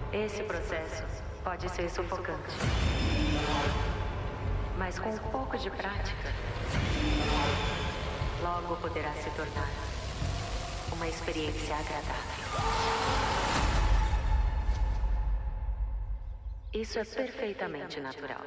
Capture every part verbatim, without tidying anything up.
Esse processo pode ser sufocante. Mas com um pouco de prática, logo poderá se tornar uma experiência agradável. Isso é perfeitamente natural.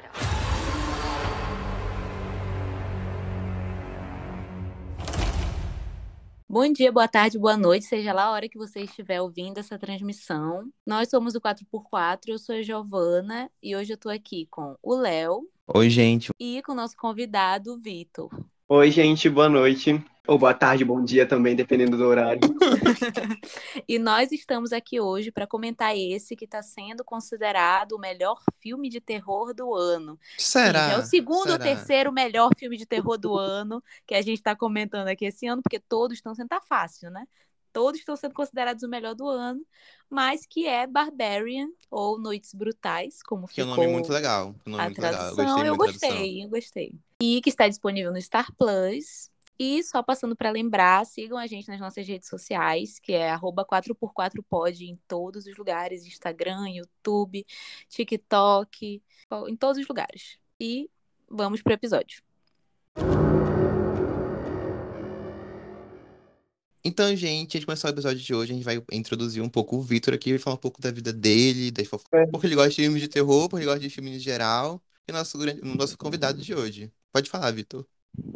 Bom dia, boa tarde, boa noite, seja lá a hora que você estiver ouvindo essa transmissão. Nós somos o quatro por quatro, eu sou a Giovana e hoje eu tô aqui com o Léo Oi, gente. e com o nosso convidado, o Vitor. Oi, gente, boa noite. Ou boa tarde, bom dia também, dependendo do horário. E nós estamos aqui hoje para comentar esse que está sendo considerado o melhor filme de terror do ano. Será? Sim, é o segundo ou Será? terceiro melhor filme de terror do ano que a gente está comentando aqui esse ano, porque todos estão sendo, tá fácil, né? Todos estão sendo considerados o melhor do ano, mas que é Barbarian, ou Noites Brutais, como Que é um ficou nome muito legal. Um nome a muito legal. Eu tradução. gostei Eu muito da tradução. gostei, eu gostei. E que está disponível no Star Plus. E só passando para lembrar, sigam a gente nas nossas redes sociais, que é arroba quatro por quatro pod em todos os lugares, Instagram, YouTube, TikTok, em todos os lugares. E vamos pro episódio. Então, gente, antes de começar o episódio de hoje, a gente vai introduzir um pouco o Vitor aqui, vai falar um pouco da vida dele, das fof... É. porque ele gosta de filmes de terror, porque ele gosta de filmes em geral, e nosso, grande... nosso convidado de hoje. Pode falar, Vitor.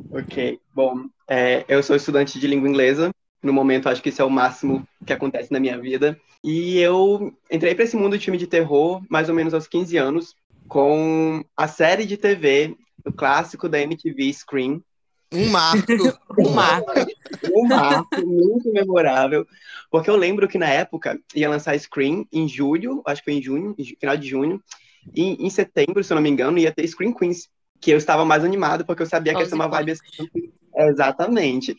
Ok, bom, é, eu sou estudante de língua inglesa. No momento, acho que isso é o máximo que acontece na minha vida. E eu entrei para esse mundo de filme de terror mais ou menos aos quinze anos, com a série de T V, o clássico da M T V, Scream. Um marco! Um marco. Um marco muito memorável, porque eu lembro que na época ia lançar Scream em julho, acho que foi em junho, final de junho, e em setembro, se eu não me engano, ia ter Scream Queens, que eu estava mais animado, porque eu sabia que ia Os ser uma vibe assim. icônicos. Exatamente.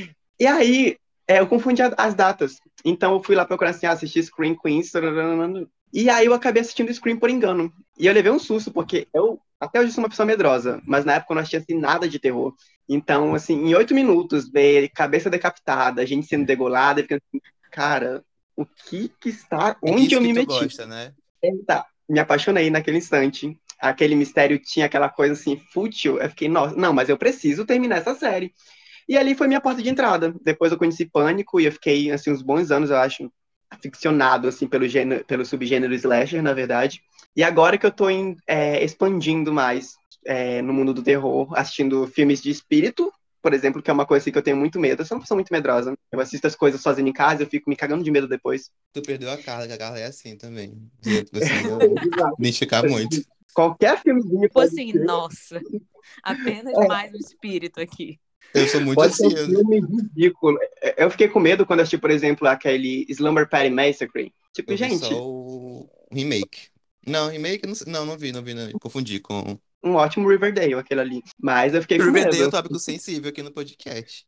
E aí, é, eu confundi a- as datas. Então eu fui lá procurar assim, ah, assistir Scream Queens. Tararana. E aí eu acabei assistindo Scream por engano. E eu levei um susto, porque eu até hoje sou uma pessoa medrosa, mas na época eu não assistia assim, nada de terror. Então, assim, em oito minutos, ver cabeça decapitada, gente sendo degolada, e fica assim, cara, o que que está. É Onde disso eu que me tu meti? gosta, né? Eita, me apaixonei naquele instante. Aquele mistério tinha aquela coisa assim, fútil. Eu fiquei, nossa, não, mas eu preciso terminar essa série. E ali foi minha porta de entrada. Depois eu conheci Pânico e eu fiquei, assim, uns bons anos, eu acho, aficionado, assim, pelo, gênero, pelo subgênero slasher, na verdade. E agora que eu tô em, é, expandindo mais é, no mundo do terror, assistindo filmes de espírito, por exemplo, que é uma coisa assim, que eu tenho muito medo. Eu sou uma pessoa muito medrosa. Eu assisto as coisas sozinho em casa, eu fico me cagando de medo depois. Tu perdeu a Carla, que a Carla é assim também. Eu consigo identificar muito. Qualquer filmezinho Tipo pode assim, ser. nossa, apenas mais um espírito aqui. Eu sou muito Pode ser um assim. eu- filme ridículo. Eu fiquei com medo quando assisti, por exemplo, aquele Slumber Party Massacre. Tipo, Eu vi só gente, o remake. Não, remake, não, sei- não, não vi, não vi, não. Confundi com um ótimo Riverdale, aquele ali. Mas eu fiquei com Riverdale, é um medo. tópico sensível aqui no podcast.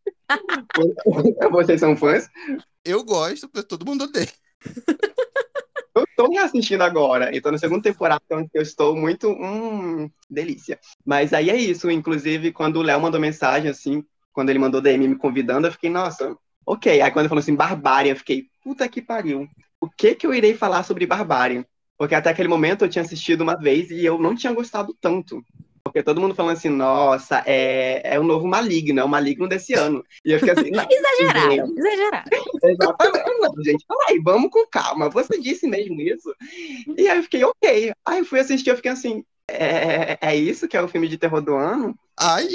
Vocês são fãs? Eu gosto, porque todo mundo odeia. Eu tô reassistindo agora. Então, na segunda temporada, então, eu estou muito. Hum, delícia. Mas aí é isso. Inclusive, quando o Léo mandou mensagem, assim, quando ele mandou D M me convidando, eu fiquei, nossa, ok. Aí quando ele falou assim, Barbária, eu fiquei, puta que pariu. O que que eu irei falar sobre Barbária? Porque até aquele momento eu tinha assistido uma vez e eu não tinha gostado tanto. Porque todo mundo falando assim, nossa, é, é o novo Maligno, é o Maligno desse ano. E eu fiquei assim, não, Exagerado, gente, exagerado. exatamente, não, gente, peraí, vamos com calma, você disse mesmo isso? E aí eu fiquei, ok. Aí eu fui assistir, eu fiquei assim, é, é isso que é o filme de terror do ano? Ai,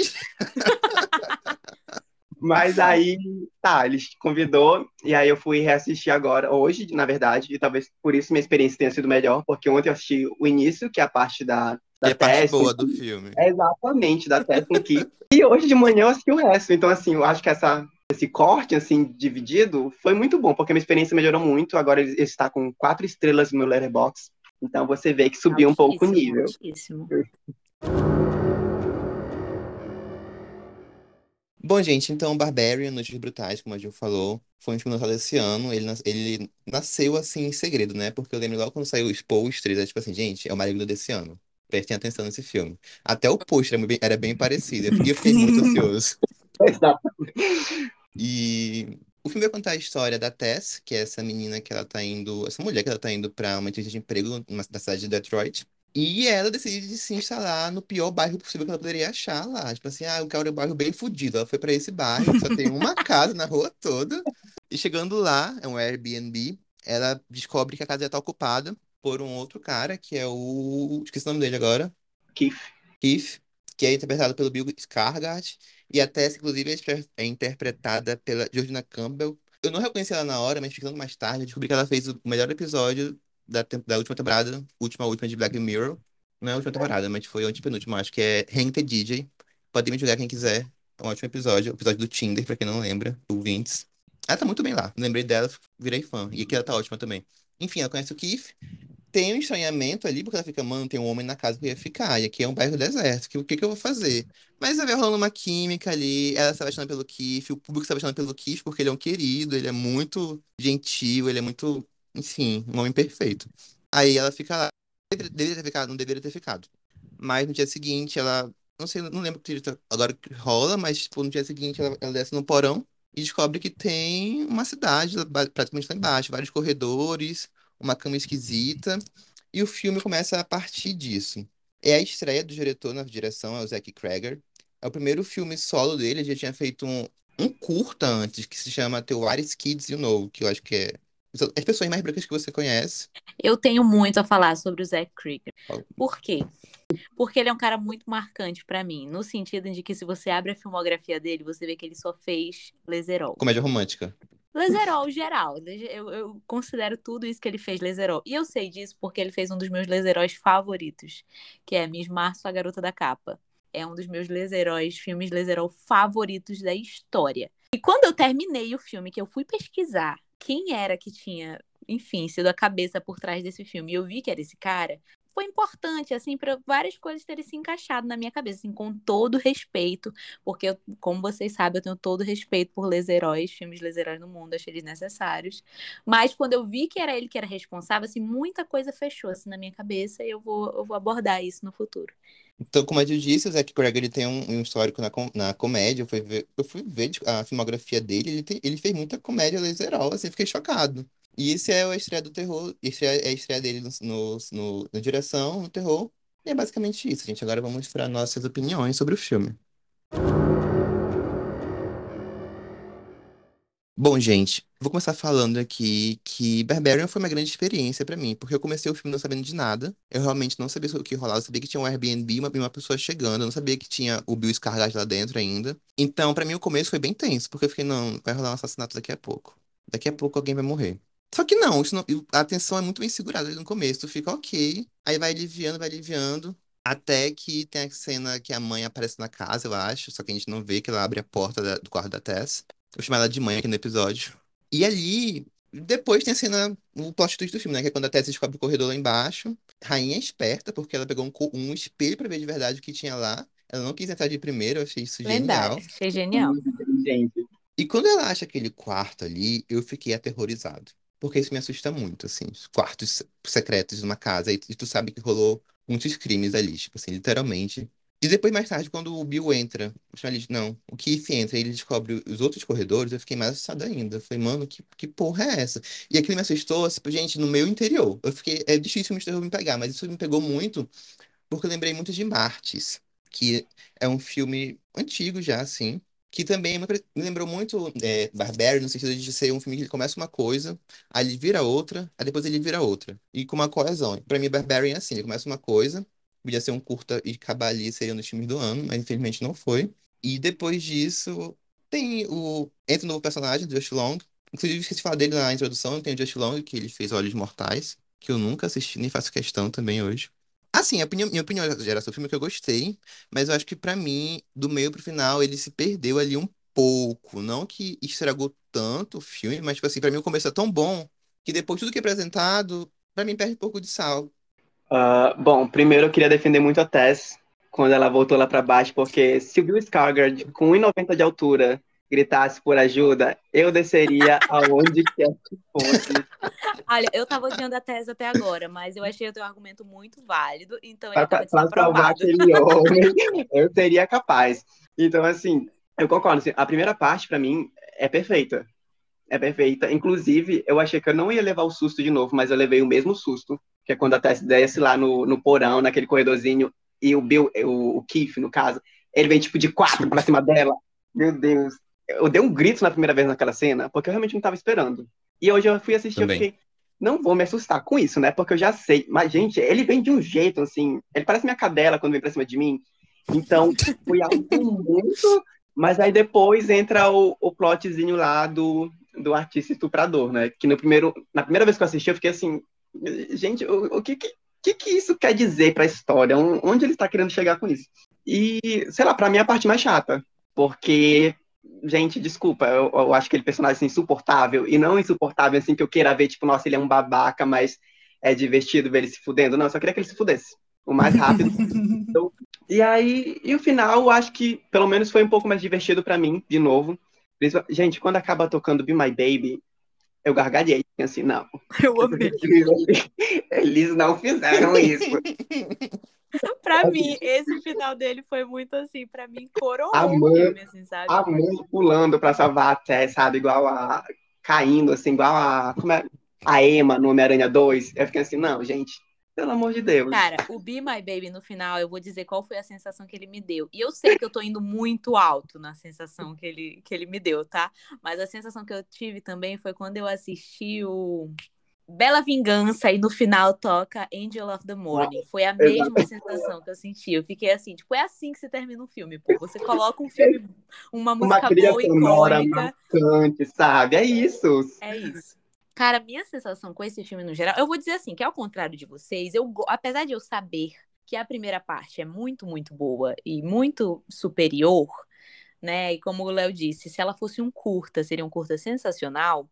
Mas aí, tá, ele convidou, e aí eu fui reassistir agora, hoje, na verdade, e talvez por isso minha experiência tenha sido melhor, porque ontem eu assisti o início, que é a parte da, que da é a parte Tess, com- boa do filme. exatamente, da Tess com Ki, e hoje de manhã eu assisti o resto. Então, assim, eu acho que essa, esse corte, assim, dividido, foi muito bom, porque a minha experiência melhorou muito, agora ele ele está com quatro estrelas no meu Letterboxd, então você vê que subiu um pouco o Altíssimo, nível. altíssimo. Bom, gente, então Barbarian, Noites Brutais, como a Gil falou, foi um filme lançado esse ano. Ele, nas- ele nasceu assim em segredo, né? Porque eu lembro logo quando saiu os posters, é tipo assim, gente, é o Maligno desse ano. Prestem atenção nesse filme. Até o pôster era bem, era bem parecido. E eu fiquei muito Sim. ansioso. Exato. E O filme vai contar a história da Tess, que é essa menina que ela tá indo, essa mulher que ela tá indo pra uma entrevista de emprego numa, na cidade de Detroit. E ela decide se instalar no pior bairro possível que ela poderia achar lá. Tipo assim, ah, eu quero um bairro bem fudido. Ela foi pra esse bairro, que só tem uma casa na rua toda. E chegando lá, é um Airbnb, ela descobre que a casa já tá ocupada por um outro cara, que é o... Esqueci o nome dele agora. Keith. Keith, que é interpretado pelo Bill Skarsgård. E a Tess, inclusive, é inter- é interpretada pela Georgina Campbell. Eu não reconheci ela na hora, mas ficando mais tarde, eu descobri que ela fez o melhor episódio da, tem- da última temporada, última, última de Black Mirror. Não é a última temporada, mas foi a antepenúltima, acho que é Hank the D J. Pode me julgar quem quiser. É um ótimo episódio. O episódio do Tinder, pra quem não lembra, o Vince. Ela tá muito bem lá. Lembrei dela, virei fã. E aqui ela tá ótima também. Enfim, ela conhece o Keith. Tem um estranhamento ali, porque ela fica, mano, tem um homem na casa que eu ia ficar. E aqui é um bairro deserto. Que, o que que eu vou fazer? Mas vai rolando uma química ali. Ela se apaixona pelo Keith. O público se apaixona pelo Keith porque ele é um querido. Ele é muito gentil. Ele é muito, enfim, um homem perfeito. Aí ela fica lá. Deve- Deveria ter ficado, não deveria ter ficado. Mas no dia seguinte, ela. Não sei, não lembro o que agora que rola, mas tipo, no dia seguinte ela, ela desce no porão e descobre que tem uma cidade ba- praticamente lá embaixo, vários corredores, uma cama esquisita. E o filme começa a partir disso. É a estreia do diretor na direção, é o Zack Cregger. É o primeiro filme solo dele, ele já tinha feito um, um curta antes, que se chama The Whitest Kids You Know, que eu acho que é as pessoas mais brancas que você conhece. Eu tenho muito a falar sobre o Zack Cregger. Por quê? Porque ele é um cara muito marcante pra mim, no sentido de que se você abre a filmografia dele, você vê que ele só fez Lezerol. Comédia romântica. Lezerol geral, eu, eu considero tudo isso que ele fez Lezerol. E eu sei disso porque ele fez um dos meus Lezeróis favoritos, que é Miss Março, a Garota da Capa. É um dos meus Lezeróis, filmes Lezerol favoritos da história. E quando eu terminei o filme, que eu fui pesquisar quem era que tinha, enfim, sido a cabeça por trás desse filme, e eu vi que era esse cara, foi importante, assim, para várias coisas terem se encaixado na minha cabeça, assim, com todo respeito, porque, eu, como vocês sabem, eu tenho todo respeito por Lezeróis, filmes Lezeróis no mundo, achei eles necessários. Mas quando eu vi que era ele que era responsável, assim, muita coisa fechou, assim, na minha cabeça, e eu vou, eu vou abordar isso no futuro. Então, como eu disse, o Zac Cregger ele tem um, um histórico na, com- na comédia. Eu fui ver, eu fui ver tipo, a filmografia dele, ele, tem- ele fez muita comédia laseral, assim, fiquei chocado. E esse é a estreia do terror, esse é é a estreia dele no, no, no- na direção, no terror. E é basicamente isso, gente. Agora vamos para nossas opiniões sobre o filme. Bom, gente, vou começar falando aqui que Barbarian foi uma grande experiência pra mim, porque eu comecei o filme não sabendo de nada. Eu realmente não sabia o que rolava, eu sabia que tinha um Airbnb e uma, e uma pessoa chegando, eu não sabia que tinha o Bill Skarsgård lá dentro ainda. Então, pra mim, o começo foi bem tenso, porque eu fiquei, não, vai rolar um assassinato daqui a pouco. Daqui a pouco alguém vai morrer. Só que não, isso não- a tensão é muito bem segurada ali no começo, tu fica ok, aí vai aliviando, vai aliviando. Até que tem a cena que a mãe aparece na casa, eu acho, só que a gente não vê que ela abre a porta da- do quarto da Tess. Vou chamar ela de mãe aqui no episódio. E ali, depois tem a cena, o plot twist do filme, né? Que é quando a Tess descobre o corredor lá embaixo. Rainha é esperta, porque ela pegou um, co- um espelho pra ver de verdade o que tinha lá. Ela não quis entrar de primeiro, eu achei isso Lendário, genial. achei genial. Muito inteligente. E quando ela acha aquele quarto ali, eu fiquei aterrorizado. Porque isso me assusta muito, assim, os quartos se- secretos de uma casa. E, e tu sabe que rolou muitos crimes ali, tipo assim, literalmente. E depois, mais tarde, quando o Bill entra, o Charlie, não, o Keith entra e ele descobre os outros corredores, eu fiquei mais assustado ainda. Eu falei, mano, que, que porra é essa? E aquilo me assustou, tipo, gente, no meu interior. Eu fiquei, é difícil o me pegar, mas isso me pegou muito, porque eu lembrei muito de Martyrs, que é um filme antigo já, assim, que também me me lembrou muito é, Barbarian, no sentido de ser um filme que ele começa uma coisa, aí ele vira outra, aí depois ele vira outra. E com uma coesão. Pra mim, Barbarian é assim, ele começa uma coisa, podia ser um curta e acabar ali, seria um dos filmes do ano, mas infelizmente não foi. E depois disso, tem o... Entra um novo personagem, do Josh Long. Inclusive, esqueci de falar dele na introdução, tem o Josh Long, que ele fez Olhos Mortais, que eu nunca assisti, nem faço questão também hoje. Assim, a opinião, minha opinião geral sobre o filme é que eu gostei, mas eu acho que pra mim, do meio pro final, ele se perdeu ali um pouco. Não que estragou tanto o filme, mas tipo assim, pra mim o começo é tão bom que depois tudo que é apresentado, pra mim perde um pouco de sal. Ah, bom, primeiro eu queria defender muito a Tess quando ela voltou lá pra baixo, porque se o Bill Skarsgård, com um e noventa de altura, gritasse por ajuda, eu desceria aonde quer que fosse Olha, eu tava odiando a tese até agora, mas eu achei o teu argumento muito válido, então ele para acaba de ser salvar aprovado. aquele homem. Eu seria capaz. Então, assim, eu concordo. Assim, a primeira parte, pra mim, é perfeita. é perfeita. Inclusive, eu achei que eu não ia levar o susto de novo, mas eu levei o mesmo susto, que é quando a Tess desce lá no, no porão, naquele corredorzinho, e o Bill, o, o Keith, no caso, ele vem tipo de quatro pra cima dela. Meu Deus. Eu dei um grito na primeira vez naquela cena, porque eu realmente não tava esperando. E hoje eu fui assistir, eu Também. fiquei, não vou me assustar com isso, né? Porque eu já sei. Mas, gente, ele vem de um jeito, assim, ele parece minha cadela quando vem pra cima de mim. Então, foi algo muito... Mas aí depois entra o, o plotzinho lá do, do artista estuprador, né? Que no primeiro, na primeira vez que eu assisti, eu fiquei assim, gente, o, o que, que que isso quer dizer pra história? Onde ele está querendo chegar com isso? E, sei lá, pra mim é a parte mais chata. Porque, gente, desculpa, eu, eu acho aquele personagem assim, insuportável. E não insuportável assim que eu queira ver, tipo, nossa, ele é um babaca, mas é divertido ver ele se fudendo. Não, eu só queria que ele se fudesse. O mais rápido. E aí, e o final, eu acho que pelo menos foi um pouco mais divertido pra mim, de novo. Gente, quando acaba tocando Be My Baby, eu gargalhei, assim, não. Eu amei. Eles não fizeram isso. Pra mim, esse final dele foi muito assim, pra mim, coroou A o mãe, filme, assim, sabe? a mãe pulando pra salvar a Tess, sabe? Igual a... Caindo, assim, igual a... Como é? A Emma no Homem-Aranha dois. Eu fiquei assim, não, gente, pelo amor de Deus. Cara, o Be My Baby no final, eu vou dizer qual foi a sensação que ele me deu. E eu sei que eu tô indo muito alto na sensação que ele, que ele me deu, tá? Mas a sensação que eu tive também foi quando eu assisti o Bela Vingança e no final toca Angel of the Morning. Foi a mesma Exato. sensação que eu senti. Eu fiquei assim, tipo, é assim que se termina um filme, pô. Você coloca um filme, uma Uma música trilha boa, sonora icônica. marcante, sabe? É isso. É isso. Cara, minha sensação com esse filme no geral, eu vou dizer assim, que ao contrário de vocês, eu, go- apesar de eu saber que a primeira parte é muito, muito boa e muito superior, né? E como o Léo disse, se ela fosse um curta, seria um curta sensacional,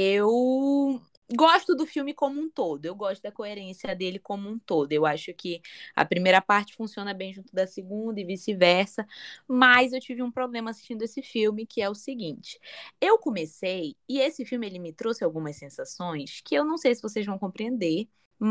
eu gosto do filme como um todo, eu gosto da coerência dele como um todo. Eu acho que a primeira parte funciona bem junto da segunda e vice-versa, mas eu tive um problema assistindo esse filme, que é o seguinte: eu comecei e esse filme ele me trouxe algumas sensações que eu não sei se vocês vão compreender,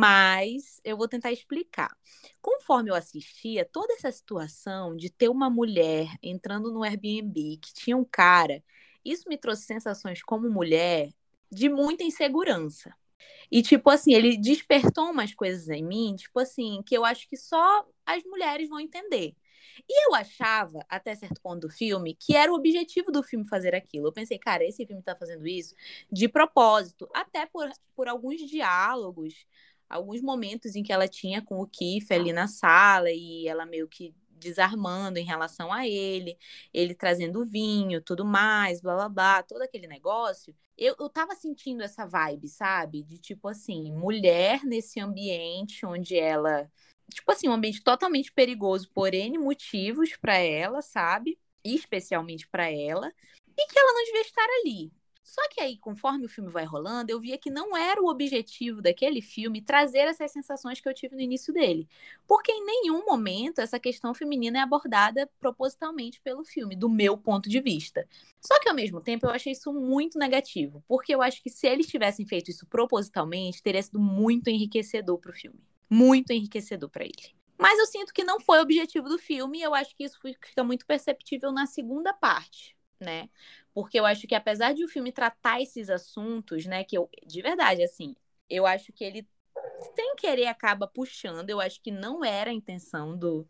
mas eu vou tentar explicar. Conforme eu assistia, toda essa situação de ter uma mulher entrando no Airbnb que tinha um cara, isso me trouxe sensações como mulher de muita insegurança. E, tipo assim, ele despertou umas coisas em mim, tipo assim, que eu acho que só as mulheres vão entender. E eu achava, até certo ponto do filme, que era o objetivo do filme fazer aquilo. Eu pensei, cara, esse filme tá fazendo isso de propósito, até por, por alguns diálogos, alguns momentos em que ela tinha com o Keith ali na sala e ela meio que desarmando em relação a ele, ele trazendo vinho, tudo mais, blá blá blá, todo aquele negócio. Eu, eu tava sentindo essa vibe, sabe? De tipo assim, mulher nesse ambiente onde ela. Tipo assim, um ambiente totalmente perigoso por N motivos pra ela, sabe? Especialmente pra ela. E que ela não devia estar ali. Só que aí, conforme o filme vai rolando, eu via que não era o objetivo daquele filme trazer essas sensações que eu tive no início dele. Porque em nenhum momento essa questão feminina é abordada propositalmente pelo filme, do meu ponto de vista. Só que, ao mesmo tempo, eu achei isso muito negativo. Porque eu acho que se eles tivessem feito isso propositalmente, teria sido muito enriquecedor pro filme. Muito enriquecedor para ele. Mas eu sinto que não foi o objetivo do filme e eu acho que isso fica muito perceptível na segunda parte, né? Porque eu acho que apesar de o filme tratar esses assuntos, né, que eu, de verdade, assim, eu acho que ele, sem querer, acaba puxando. Eu acho que não era a intenção do,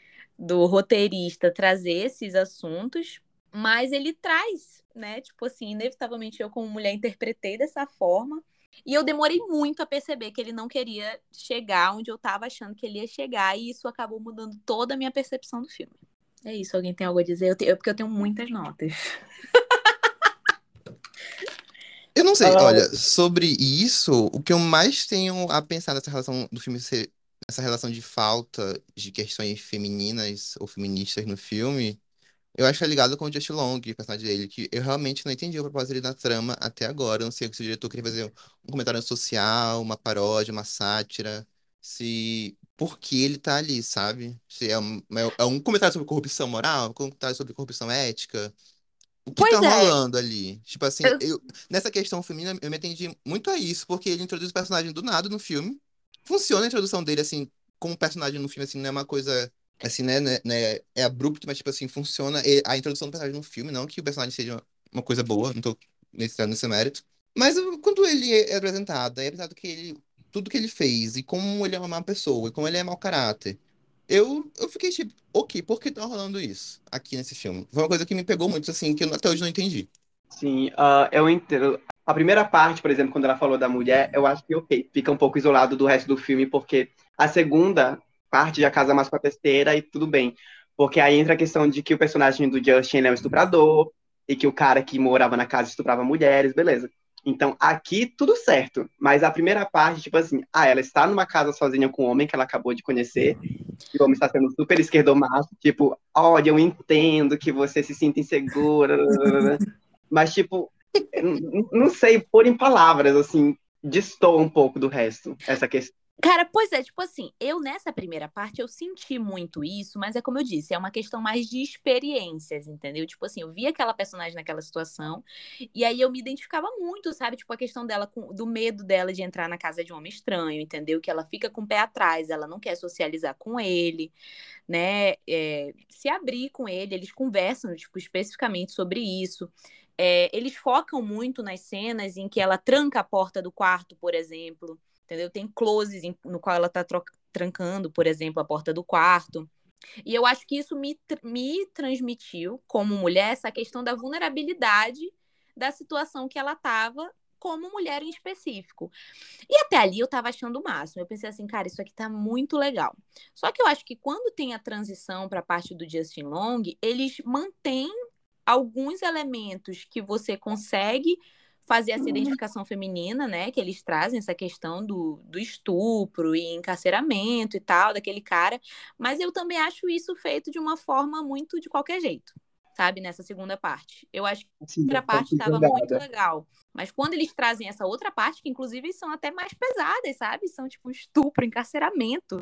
do roteirista trazer esses assuntos, mas ele traz, né? Tipo assim, inevitavelmente eu, como mulher, interpretei dessa forma. E eu demorei muito a perceber que ele não queria chegar onde eu tava achando que ele ia chegar, e isso acabou mudando toda a minha percepção do filme. É isso, alguém tem algo a dizer? Eu te- eu- porque eu tenho muitas notas. Eu não sei, Ah, olha, sobre isso, o que eu mais tenho a pensar nessa relação do filme ser essa relação de falta de questões femininas ou feministas no filme, eu acho que é ligado com o Justin Long, o personagem dele, que eu realmente não entendi o propósito dele na trama até agora. Eu não sei se o diretor queria fazer um comentário social, uma paródia, uma sátira, se por que ele tá ali, sabe? Se é um, é um comentário sobre corrupção moral, um comentário sobre corrupção ética. O que tá Pois é, rolando ali? Tipo assim, eu- eu, nessa questão feminina, eu me atendi muito a isso, porque ele introduz o personagem do nada no filme. Funciona a introdução dele, assim, como personagem no filme, assim, não é uma coisa, assim, né, né, né, é abrupto, mas, tipo assim, funciona e- a introdução do personagem no filme, não que o personagem seja uma coisa boa, não tô nesse, nesse mérito. Mas eu- quando ele é apresentado, é apresentado que ele, tudo que ele fez, e como ele é uma má pessoa, e como ele é mau caráter, eu, eu fiquei tipo, ok, por que tá rolando isso aqui nesse filme? Foi uma coisa que me pegou muito, assim, que eu até hoje não entendi. Sim, ah, eu entendo. A primeira parte, por exemplo, quando ela falou da mulher, eu acho que ok, fica um pouco isolado do resto do filme, porque a segunda parte já casa mais com a terceira e tudo bem. Porque aí entra a questão de que o personagem do Justin ele é um estuprador e que o cara que morava na casa estuprava mulheres, beleza. Então, aqui tudo certo. Mas a primeira parte, tipo assim, ah, ela está numa casa sozinha com um homem que ela acabou de conhecer, e o homem está sendo super esquerdomacho, tipo, olha, eu entendo que você se sinta insegura, mas, tipo, n- não sei pôr em palavras, assim, destoa um pouco do resto, essa questão. Cara, pois é, tipo assim, eu nessa primeira parte eu senti muito isso, mas é como eu disse, é uma questão mais de experiências, entendeu? Tipo assim, eu vi aquela personagem naquela situação e aí eu me identificava muito, sabe? Tipo a questão dela com, do medo dela de entrar na casa de um homem estranho, entendeu? Que ela fica com o pé atrás, ela não quer socializar com ele, né? É, se abrir com ele, eles conversam, tipo, especificamente sobre isso. É, eles focam muito nas cenas em que ela tranca a porta do quarto, por exemplo. Entendeu? Tem closes em- no qual ela tá troca- trancando, por exemplo, a porta do quarto. E eu acho que isso me, tr- me transmitiu, como mulher, essa questão da vulnerabilidade da situação que ela estava, como mulher em específico. E até ali eu tava achando o máximo. Eu pensei assim, cara, isso aqui tá muito legal. Só que eu acho que quando tem a transição para a parte do Justin Long, eles mantêm alguns elementos que você consegue fazer essa identificação feminina, né? Que eles trazem essa questão do, do estupro e encarceramento e tal, daquele cara. Mas eu também acho isso feito de uma forma muito de qualquer jeito, sabe? Nessa segunda parte. Eu acho que Assim, a um primeira parte pouco estava muito jogada. legal. Mas quando eles trazem essa outra parte, que inclusive são até mais pesadas, sabe? São tipo estupro, encarceramento.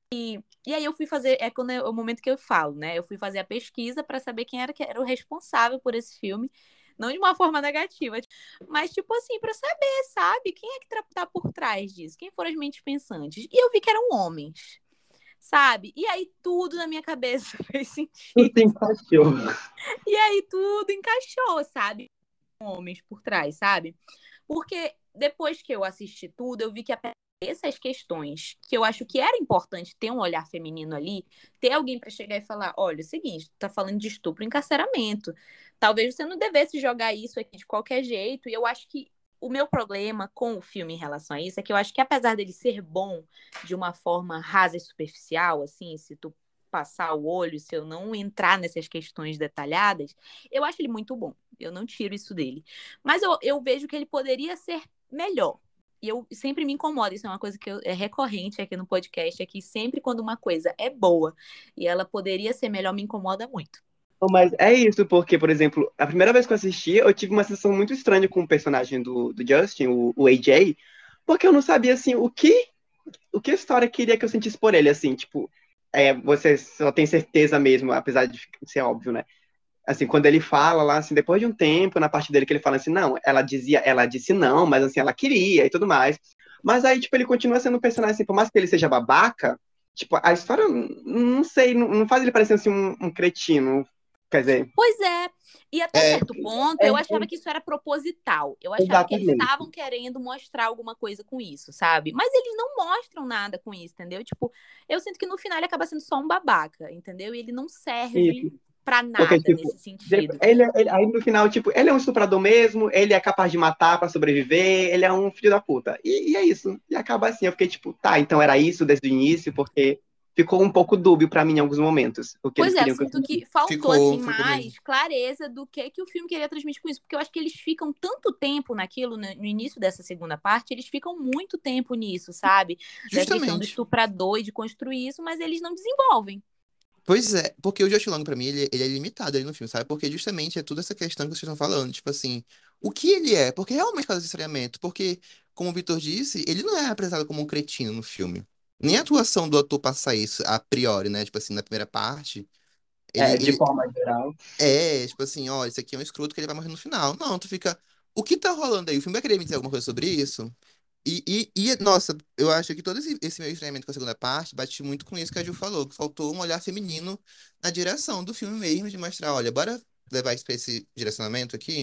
E aí eu fui fazer, é quando é o momento que eu falo, né? Eu fui fazer a pesquisa para saber quem era que era o responsável por esse filme, não de uma forma negativa, mas tipo assim, para saber, sabe? Quem é que tá tá por trás disso? Quem foram as mentes pensantes? E eu vi que eram homens, sabe? E aí tudo na minha cabeça fez Tudo sentido. tem cachorro. E aí tudo encaixou, sabe? Homens por trás, sabe? Porque depois que eu assisti tudo, eu vi que apesar dessas questões, que eu acho que era importante ter um olhar feminino ali, ter alguém para chegar e falar, olha, é o seguinte, tu tá falando de estupro e encarceramento. Talvez você não devesse jogar isso aqui de qualquer jeito. E eu acho que o meu problema com o filme em relação a isso é que eu acho que apesar dele ser bom de uma forma rasa e superficial, assim, se tu passar o olho, se eu não entrar nessas questões detalhadas, eu acho ele muito bom. Eu não tiro isso dele. Mas eu, eu vejo que ele poderia ser melhor. E eu sempre me incomoda, isso é uma coisa que eu- é recorrente aqui no podcast, é que sempre quando uma coisa é boa e ela poderia ser melhor, me incomoda muito. Não, mas é isso, porque, por exemplo, a primeira vez que eu assisti, eu tive uma sensação muito estranha com o personagem do, do Justin, o, o A J, porque eu não sabia, assim, o que, o que a história queria que eu sentisse por ele, assim, tipo, é, você só tem certeza mesmo, apesar de ser óbvio, né? Assim, quando ele fala lá, assim, depois de um tempo, na parte dele que ele fala assim, não, ela dizia, ela disse não, mas assim, ela queria e tudo mais. Mas aí, tipo, ele continua sendo um personagem, assim, por mais que ele seja babaca, tipo, a história, não sei, não, não faz ele parecer, assim, um, um cretino, quer dizer, Pois é, e até É, certo ponto é, eu é achava que isso era proposital. Eu achava que eles exatamente. estavam querendo mostrar alguma coisa com isso, sabe? Mas eles não mostram nada com isso, entendeu? Tipo, eu sinto que no final ele acaba sendo só um babaca, entendeu? E ele não serve Isso. pra Porque, nada tipo, nesse de- sentido. ele, ele- aí no final, tipo, ele é um estuprador mesmo, ele é capaz de matar pra sobreviver, ele é um filho da puta. E, e é isso. E acaba assim. Eu fiquei tipo, tá, então era isso desde o início, porque ficou um pouco dúbio pra mim em alguns momentos, o que Pois eles é, eu queriam que eu sinto que sentisse. faltou ficou, assim ficou mesmo. mais clareza do que que o filme queria transmitir com isso, porque eu acho que eles ficam tanto tempo naquilo no, no início dessa segunda parte, eles ficam muito tempo nisso, sabe? Dessa questão do Justamente. estuprador e de construir isso, mas eles não desenvolvem. Pois é, porque o Josh Long, pra mim, ele, ele é limitado ali no filme, sabe? Porque justamente é toda essa questão que vocês estão falando, tipo assim, o que ele é? Porque realmente causa esse estranhamento, porque, como o Vitor disse, ele não é apresentado como um cretino no filme. Nem a atuação do ator passa isso, a priori, né? Tipo assim, na primeira parte, ele, É, de ele forma geral. é, tipo assim, ó, esse aqui é um escroto que ele vai morrer no final. Não, tu fica, o que tá rolando aí? O filme vai querer me dizer alguma coisa sobre isso? E, e, e, nossa, eu acho que todo esse, esse meu estranhamento com a segunda parte bate muito com isso que a Ju falou, que faltou um olhar feminino na direção do filme mesmo, de mostrar, olha, bora levar isso pra esse direcionamento aqui.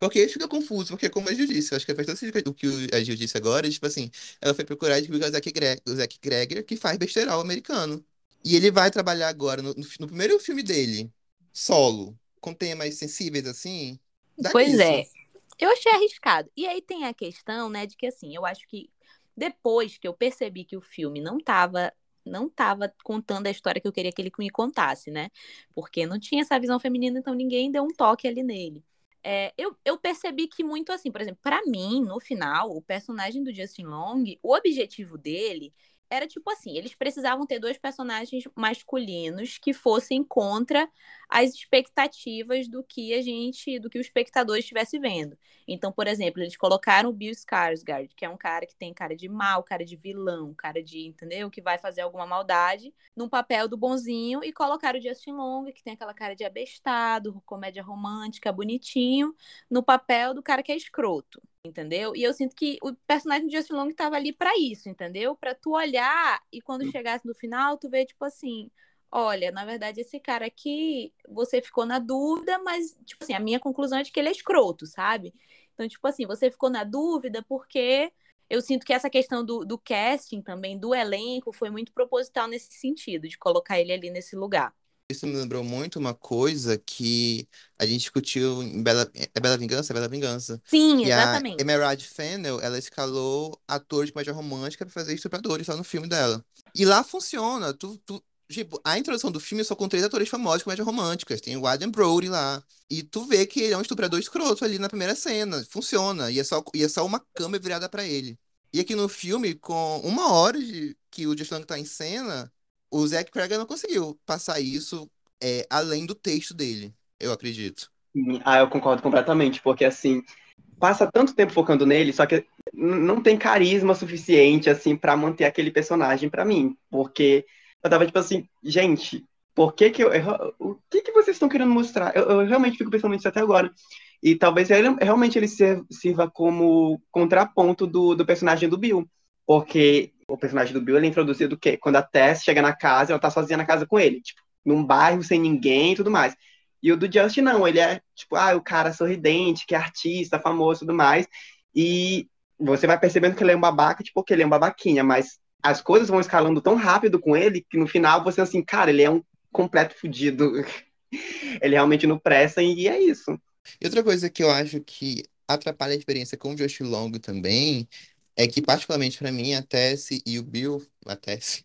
Porque fica confuso, porque como a Gil disse, eu acho que faz todo sentido o que o- a Gil disse agora, tipo assim, ela foi procurar descobrir o Zack Gre- o Zack Greger, que faz besterol americano. E ele vai trabalhar agora no, no, no primeiro filme dele, solo, com temas mais sensíveis assim, dá Pois nisso. é, eu achei arriscado. E aí tem a questão, né, de que assim, eu acho que depois que eu percebi que o filme não tava, não tava contando a história que eu queria que ele me contasse, né? Porque não tinha essa visão feminina, então ninguém deu um toque ali nele. É, eu, eu percebi que muito assim, por exemplo, pra mim, no final, o personagem do Justin Long, o objetivo dele era tipo assim, eles precisavam ter dois personagens masculinos que fossem contra as expectativas do que a gente, do que o espectador estivesse vendo. Então, por exemplo, eles colocaram o Bill Skarsgård, que é um cara que tem cara de mal, cara de vilão, cara de, entendeu? Que vai fazer alguma maldade, num papel do bonzinho, e colocaram o Justin Long, que tem aquela cara de abestado, comédia romântica, bonitinho, no papel do cara que é escroto. Entendeu? E eu sinto que o personagem do Justin Long estava ali para isso, entendeu? Para tu olhar e quando chegasse no final, tu vê tipo assim, olha, na verdade esse cara aqui, você ficou na dúvida, mas tipo assim, a minha conclusão é de que ele é escroto, sabe? Então, tipo assim, você ficou na dúvida porque eu sinto que essa questão do, do casting também, do elenco, foi muito proposital nesse sentido, de colocar ele ali nesse lugar. Isso me lembrou muito uma coisa que a gente discutiu em Bela, é Bela Vingança? É Bela Vingança. Sim, Que a exatamente. Emerald Fennell, ela escalou ator de comédia romântica pra fazer estupradores lá no filme dela. E lá funciona. Tu, tu, tipo, a introdução do filme é só com três atores famosos de comédia românticas. Tem o Adam Brody lá. E tu vê que ele é um estuprador escroto ali na primeira cena. Funciona. E é só, e é só uma câmera virada pra ele. E aqui no filme, com uma hora de, que o Justin Long tá em cena, o Zac Cregger não conseguiu passar isso é, além do texto dele, eu acredito. Ah, eu concordo completamente, porque assim, passa tanto tempo focando nele, só que n- não tem carisma suficiente, assim, pra manter aquele personagem pra mim. Porque eu tava tipo assim, gente, por que que eu, eu- o que que vocês estão querendo mostrar? Eu, eu realmente fico pensando nisso até agora. E talvez ele- realmente ele ser- sirva como contraponto do, do personagem do Bill. Porque o personagem do Bill, ele é introduzido o quê? Quando a Tess chega na casa, ela tá sozinha na casa com ele. Tipo, num bairro sem ninguém e tudo mais. E o do Justin, não, ele é, tipo, ah, o cara sorridente, que é artista, famoso e tudo mais. E você vai percebendo que ele é um babaca, tipo, que ele é um babaquinha, mas as coisas vão escalando tão rápido com ele que no final você, assim, cara, ele é um completo fudido. Ele realmente não presta e é isso. E outra coisa que eu acho que atrapalha a experiência com o Josh Long também é que, particularmente pra mim, a Tess e o Bill, a Tess,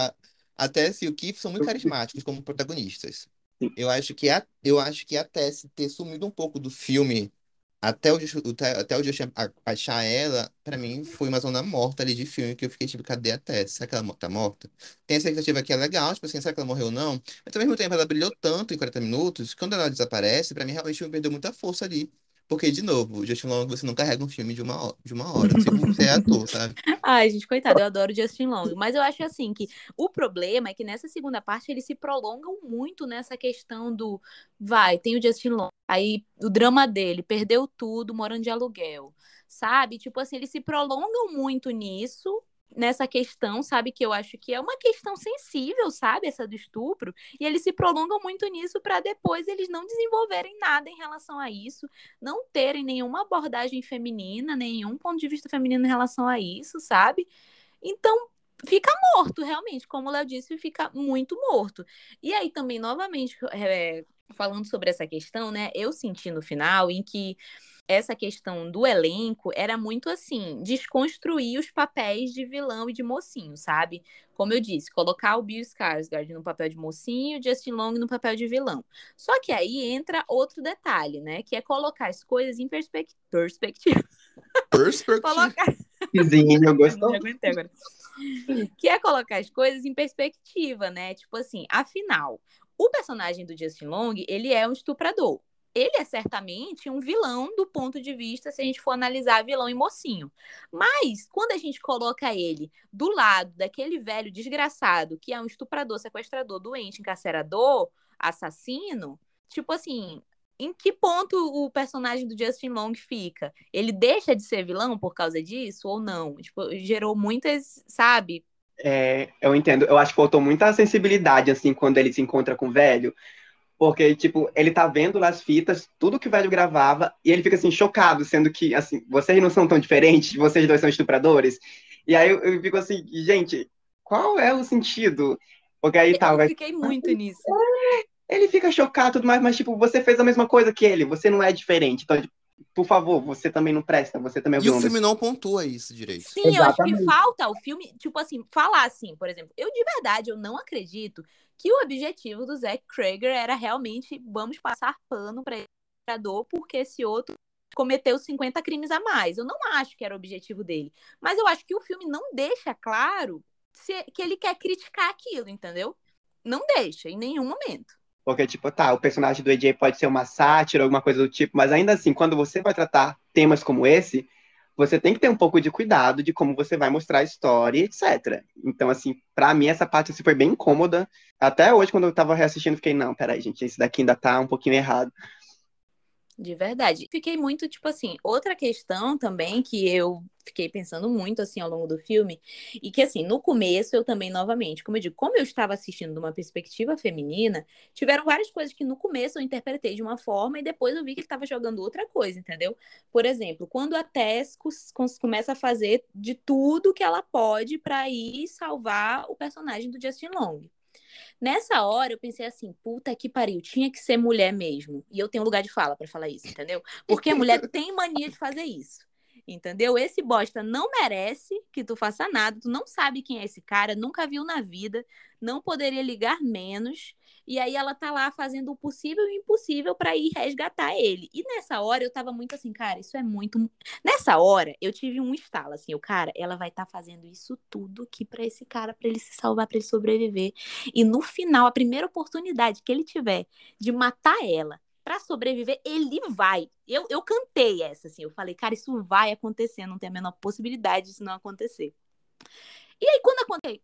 a Tess e o Keith são muito carismáticos como protagonistas. Eu acho que a, eu acho que a Tess ter sumido um pouco do filme até o, Josh- o- até o Josh a- achar ela, pra mim, foi uma zona morta ali de filme que eu fiquei tipo, cadê a Tess? Será que ela mo- tá morta? Tem a expectativa que é legal, tipo assim, será que ela morreu ou não? Mas ao mesmo tempo ela brilhou tanto em quarenta minutos, que quando ela desaparece, pra mim realmente o filme perdeu muita força ali. Porque, de novo, o Justin Long, você não carrega um filme de uma hora, de uma hora, não sei como você é ator, sabe? Ai, gente, coitado, eu adoro Justin Long. Mas eu acho assim que o problema é que nessa segunda parte eles se prolongam muito nessa questão do vai, tem o Justin Long, aí o drama dele, perdeu tudo, morando de aluguel, sabe? Tipo assim, eles se prolongam muito nisso. Nessa questão, sabe, que eu acho que é uma questão sensível, sabe, essa do estupro, e eles se prolongam muito nisso para depois eles não desenvolverem nada em relação a isso, não terem nenhuma abordagem feminina, nenhum ponto de vista feminino em relação a isso, sabe? Então, fica morto, realmente. Como o Léo disse, fica muito morto. E aí também, novamente, é, falando sobre essa questão, né? Eu senti no final em que essa questão do elenco era muito assim, desconstruir os papéis de vilão e de mocinho, sabe? Como eu disse, colocar o Bill Skarsgård no papel de mocinho e o Justin Long no papel de vilão. Só que aí entra outro detalhe, né? Que é colocar as coisas em perspec- perspectiva. Perspective. Colocar. Zinho, eu Eu não me gostou. aguentei agora. Que é colocar as coisas em perspectiva, né? Tipo assim, afinal, o personagem do Justin Long, ele é um estuprador. Ele é certamente um vilão do ponto de vista, se a gente for analisar vilão e mocinho. Mas, quando a gente coloca ele do lado daquele velho desgraçado, que é um estuprador, sequestrador, doente, encarcerador, assassino, tipo assim, em que ponto o personagem do Justin Long fica? Ele deixa de ser vilão por causa disso ou não? Tipo, gerou muitas, sabe? É, eu entendo. Eu acho que faltou muita sensibilidade, assim, quando ele se encontra com o velho. Porque, tipo, ele tá vendo lá as fitas, tudo que o velho gravava, e ele fica, assim, chocado, sendo que, assim, vocês não são tão diferentes, vocês dois são estupradores. E aí eu, eu fico assim, gente, qual é o sentido? Porque aí tá, Eu vai- fiquei muito nisso. ele fica chocado e tudo mais, mas, tipo, você fez a mesma coisa que ele, você não é diferente. Então, tipo, por favor, você também não presta, você também é o E o vilão filme desse. não pontua isso direito. Sim, eu acho que Exatamente. falta o filme, tipo assim, falar assim, por exemplo. Eu, de verdade, eu não acredito que o objetivo do Zack Cregger era realmente vamos passar pano pra esse jogador porque esse outro cometeu cinquenta crimes a mais. Eu não acho que era o objetivo dele. Mas eu acho que o filme não deixa claro se- que ele quer criticar aquilo, entendeu? Não deixa, em nenhum momento. Porque, tipo, tá, o personagem do A J pode ser uma sátira, alguma coisa do tipo, mas ainda assim, quando você vai tratar temas como esse, você tem que ter um pouco de cuidado de como você vai mostrar a história, etcétera. Então, assim, pra mim essa parte assim, foi bem incômoda. Até hoje, quando eu tava reassistindo, fiquei, não, peraí, gente, esse daqui ainda tá um pouquinho errado. De verdade. Fiquei muito, tipo assim, outra questão também que eu fiquei pensando muito, assim, ao longo do filme, e que, assim, no começo eu também, novamente, como eu digo, como eu estava assistindo de uma perspectiva feminina, tiveram várias coisas que no começo eu interpretei de uma forma e depois eu vi que ele estava jogando outra coisa, entendeu? Por exemplo, quando a Tess cos- cos- começa a fazer de tudo que ela pode para ir salvar o personagem do Justin Long. Nessa hora eu pensei assim, puta que pariu, tinha que ser mulher mesmo. E eu tenho lugar de fala pra falar isso, entendeu? Porque a mulher tem mania de fazer isso. Entendeu? Esse bosta não merece que tu faça nada, tu não sabe quem é esse cara, nunca viu na vida, não poderia ligar menos. E aí ela tá lá fazendo o possível e o impossível pra ir resgatar ele. E nessa hora eu tava muito assim, cara, isso é muito. Nessa hora eu tive um estalo assim, o cara, ela vai estar tá fazendo isso tudo aqui pra esse cara, pra ele se salvar, pra ele sobreviver. E no final, a primeira oportunidade que ele tiver de matar ela pra sobreviver, ele vai. Eu, eu cantei essa, assim. Eu falei, cara, isso vai acontecer. Não tem a menor possibilidade disso não acontecer. E aí, quando aconteceu?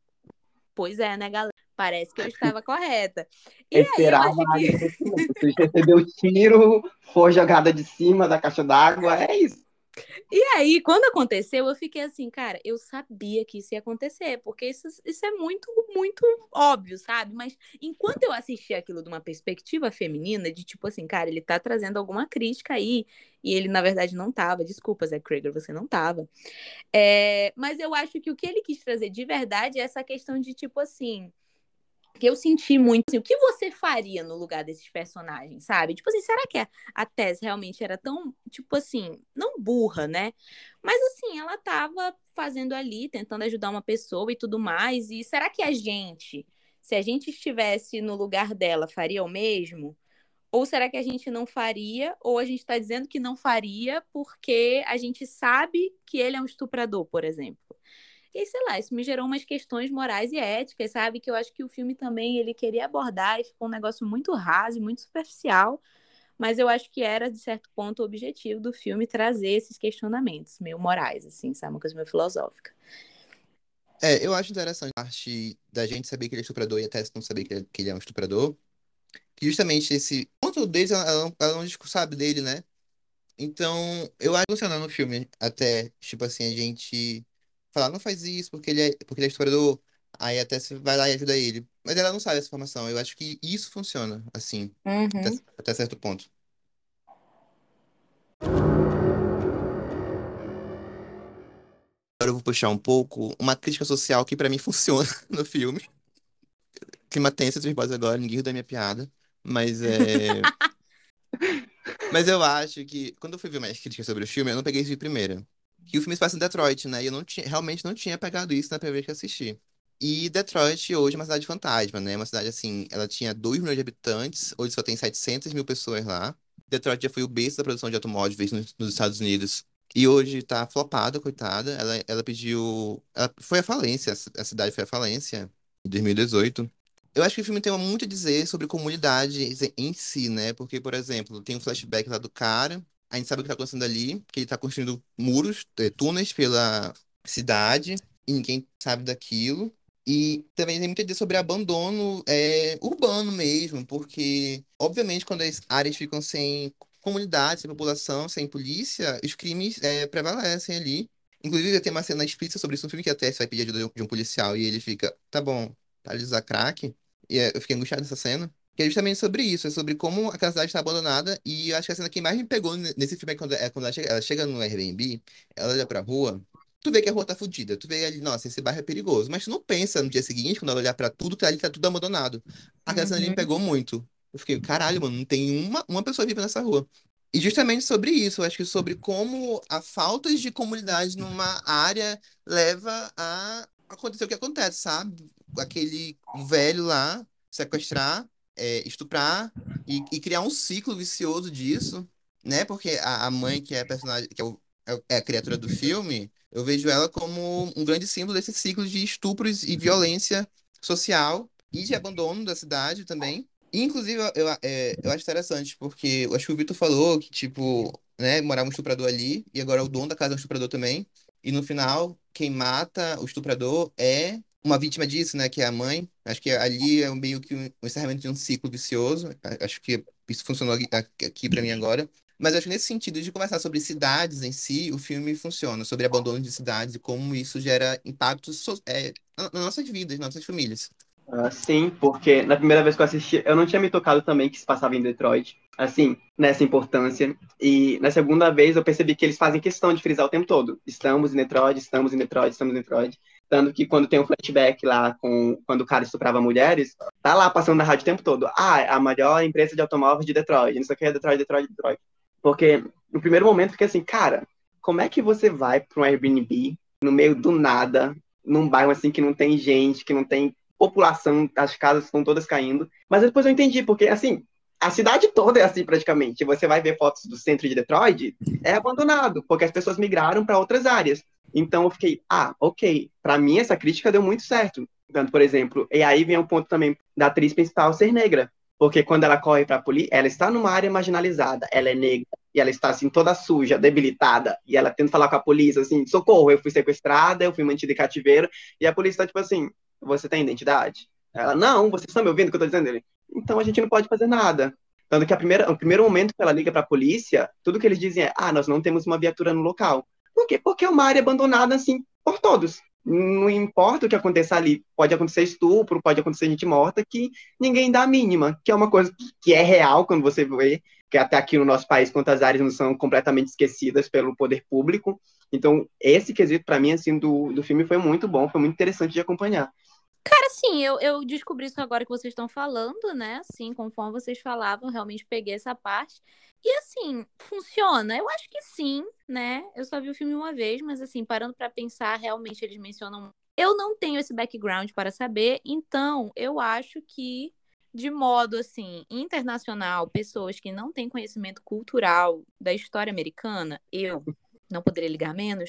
Pois é, né, galera? Parece que eu estava correta. E Eu aí, eu esperava acho mais que acontecimento. Você recebeu o tiro, foi jogada de cima da caixa d'água, é isso. E aí, quando aconteceu, eu fiquei assim, cara, eu sabia que isso ia acontecer, porque isso, isso é muito, muito óbvio, sabe? Mas enquanto eu assisti aquilo de uma perspectiva feminina, de tipo assim, cara, ele tá trazendo alguma crítica aí, e ele, na verdade, não tava. Desculpa, Zé Cregger, você não tava. É, mas eu acho que o que ele quis trazer de verdade é essa questão de, tipo assim, que eu senti muito, assim, o que você faria no lugar desses personagens, sabe? Tipo assim, será que a, a Tess realmente era tão, tipo assim, não burra, né? Mas assim, ela tava fazendo ali, tentando ajudar uma pessoa e tudo mais, e será que a gente, se a gente estivesse no lugar dela, faria o mesmo? Ou será que a gente não faria, ou a gente tá dizendo que não faria porque a gente sabe que ele é um estuprador, por exemplo? E aí, sei lá, isso me gerou umas questões morais e éticas, sabe? Que eu acho que o filme também ele queria abordar e ficou um negócio muito raso, e muito superficial, mas eu acho que era, de certo ponto, o objetivo do filme trazer esses questionamentos meio morais, assim, sabe? Uma coisa meio filosófica. É, eu acho interessante a parte da gente saber que ele é estuprador e até não saber que ele, que ele é um estuprador. Que justamente esse ponto deles, ela, ela não ela não sabe dele, né? Então, eu acho que funciona no filme até, tipo assim, a gente falar, não faz isso porque ele é, porque ele é estuprador. Aí até você vai lá e ajuda ele. Mas ela não sabe essa informação. Eu acho que isso funciona, assim, até, Uhum. até certo ponto. Agora eu vou puxar um pouco uma crítica social que pra mim funciona no filme. Clima tenso entre os boys agora, ninguém riu da minha piada. Mas é. Mas eu acho que, quando eu fui ver mais críticas sobre o filme, eu não peguei isso de primeira. Que o filme se passa em Detroit, né? E eu não tinha, realmente não tinha pegado isso na primeira vez que eu assisti. E Detroit hoje é uma cidade fantasma, né? Uma cidade assim, ela tinha dois milhões de habitantes, hoje só tem setecentas mil pessoas lá. Detroit já foi o berço da produção de automóveis nos, nos Estados Unidos. E hoje tá flopada, coitada. Ela, ela pediu. Ela foi à falência, a a cidade foi à falência em dois mil e dezoito. Eu acho que o filme tem muito a dizer sobre comunidade em si, né? Porque, por exemplo, tem um flashback lá do cara, a gente sabe o que tá acontecendo ali, que ele tá construindo muros, eh, túneis pela cidade, e ninguém sabe daquilo. E também tem muito a dizer sobre abandono é, urbano mesmo, porque, obviamente, quando as áreas ficam sem comunidade, sem população, sem polícia, os crimes é, prevalecem ali. Inclusive, tem uma cena explícita sobre isso no filme que até você vai pedir ajuda de um de um policial e ele fica, tá bom, para de usar crack. E é, eu fiquei angustiado nessa cena. Que é justamente sobre isso, é sobre como aquela cidade está abandonada. E eu acho que a cena que mais me pegou ne- nesse filme é quando, é quando ela chega, ela chega no Airbnb, ela olha pra rua, tu vê que a rua tá fodida, tu vê ali, nossa, esse bairro é perigoso. Mas tu não pensa no dia seguinte, quando ela olhar pra tudo, que ali tá tudo abandonado. Aquela cena ali me Uhum. pegou muito. Eu fiquei, caralho, mano, não tem uma, uma pessoa viva nessa rua. E justamente sobre isso, eu acho que sobre como a falta de comunidade numa área leva a acontecer o que acontece, sabe? Aquele velho lá sequestrar, é, estuprar e, e criar um ciclo vicioso disso, né? Porque a, a mãe, que é a personagem, que é, o- é o- é a criatura do filme, eu vejo ela como um grande símbolo desse ciclo de estupros e violência social e de abandono da cidade também. E, inclusive, eu, eu, é, eu acho interessante, porque eu acho que o Vitor falou que, tipo, né, morava um estuprador ali, e agora o dono da casa é um estuprador também. E no final, quem mata o estuprador é uma vítima disso, né, que é a mãe. Acho que ali é meio que um, um encerramento de um ciclo vicioso. A- Acho que isso funcionou aqui, aqui para mim agora. Mas acho que nesse sentido de conversar sobre cidades em si, o filme funciona, sobre abandono de cidades e como isso gera impactos so- é, na- nas nossas vidas, nas nossas famílias. Ah, sim, porque na primeira vez que eu assisti, eu não tinha me tocado também que se passava em Detroit, assim, nessa importância. E na segunda vez eu percebi que eles fazem questão de frisar o tempo todo. Estamos em Detroit, estamos em Detroit, estamos em Detroit. Tanto que quando tem um flashback lá com quando o cara estuprava mulheres, tá lá passando na rádio o tempo todo. Ah, a maior empresa de automóveis de Detroit, não sei o que é Detroit, Detroit, Detroit. Porque no primeiro momento fiquei assim, cara, como é que você vai para um Airbnb no meio do nada, num bairro assim que não tem gente, que não tem população, as casas estão todas caindo. Mas depois eu entendi, porque assim, a cidade toda é assim praticamente. Você vai ver fotos do centro de Detroit, é abandonado, porque as pessoas migraram para outras áreas. Então eu fiquei, ah, ok. Para mim essa crítica deu muito certo. Tanto, por exemplo, e aí vem o ponto também da atriz principal ser negra. Porque quando ela corre para a polícia, ela está numa área marginalizada, ela é negra, e ela está assim toda suja, debilitada, e ela tenta falar com a polícia assim, socorro, eu fui sequestrada, eu fui mantida em cativeiro, e a polícia está tipo assim, você tem identidade? Ela, não, vocês estão me ouvindo o que eu tô dizendo? Ele, então a gente não pode fazer nada. Tanto que a primeira, o primeiro momento que ela liga para a polícia, tudo que eles dizem é, ah, nós não temos uma viatura no local. Por quê? Porque é uma área abandonada, assim, por todos. Não importa o que aconteça ali, pode acontecer estupro, pode acontecer gente morta, que ninguém dá a mínima, que é uma coisa que é real quando você vê, que até aqui no nosso país, quantas áreas não são completamente esquecidas pelo poder público. Então, esse quesito, para mim, assim, do, do filme foi muito bom, foi muito interessante de acompanhar. Cara, assim, eu, eu descobri isso agora que vocês estão falando, né? Assim, conforme vocês falavam, realmente peguei essa parte. E assim, funciona? Eu acho que sim, né? Eu só vi o filme uma vez, mas assim, parando pra pensar, realmente eles mencionam. Eu não tenho esse background para saber, então eu acho que, de modo assim, internacional, pessoas que não têm conhecimento cultural da história americana, eu não poderia ligar menos.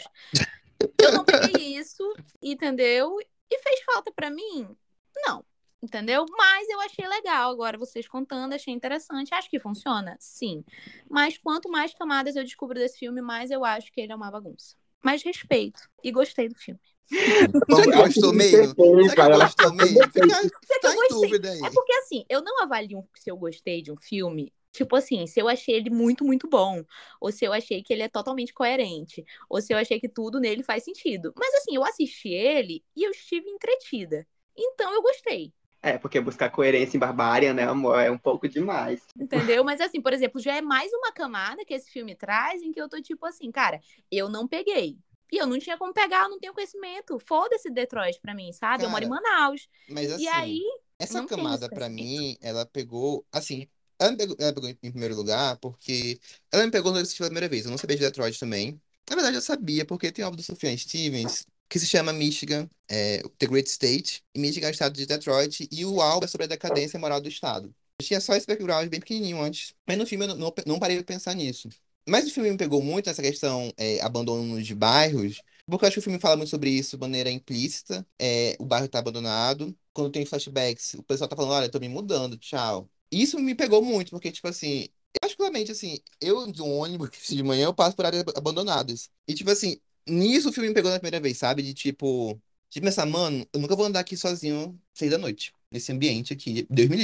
Eu não peguei isso, entendeu? E fez falta pra mim? Não, entendeu? Mas eu achei legal. Agora vocês contando, achei interessante. Acho que funciona? Sim. Mas quanto mais camadas eu descubro desse filme, mais eu acho que ele é uma bagunça. Mas respeito. E gostei do filme. Será que Acho gostou que meio? Será que perfeito, ela gostou meio? Fica, É que eu tá em gostei. dúvida É aí. porque assim, eu não avalio se eu gostei de um filme. Tipo assim, se eu achei ele muito, muito bom. Ou se eu achei que ele é totalmente coerente. Ou se eu achei que tudo nele faz sentido. Mas assim, eu assisti ele e eu estive entretida. Então eu gostei. É, porque buscar coerência em Barbarian, né, amor, é um pouco demais. Entendeu? Mas assim, por exemplo, já é mais uma camada que esse filme traz em que eu tô tipo assim, cara, eu não peguei. E eu não tinha como pegar, eu não tenho conhecimento. Foda-se Detroit pra mim, sabe? Eu moro em Cara, Manaus. mas E assim, aí, essa não tenho esse camada pra conhecimento. mim, ela pegou, assim, ela me pegou, ela pegou em em primeiro lugar porque ela me pegou quando eu assisti pela primeira vez. Eu não sabia de Detroit também. Na verdade, eu sabia, porque tem uma obra do Sufjan Stevens que se chama Michigan, é, The Great State, e Michigan é o estado de Detroit, e o álbum é sobre a decadência moral do estado. Eu tinha só esse background bem pequenininho antes, mas no filme eu não, não, não parei de pensar nisso. Mas o filme me pegou muito nessa questão, é, abandono de bairros, porque eu acho que o filme fala muito sobre isso de maneira implícita. É, o bairro tá abandonado. Quando tem flashbacks, o pessoal tá falando, olha, eu tô me mudando, tchau. Isso me pegou muito, porque, tipo assim, eu, particularmente, assim, eu de um ônibus de manhã, eu passo por áreas abandonadas. E, tipo assim, nisso o filme me pegou na primeira vez, sabe? De, tipo, de pensar, mano, eu nunca vou andar aqui sozinho seis da noite, nesse ambiente aqui, Deus me livre.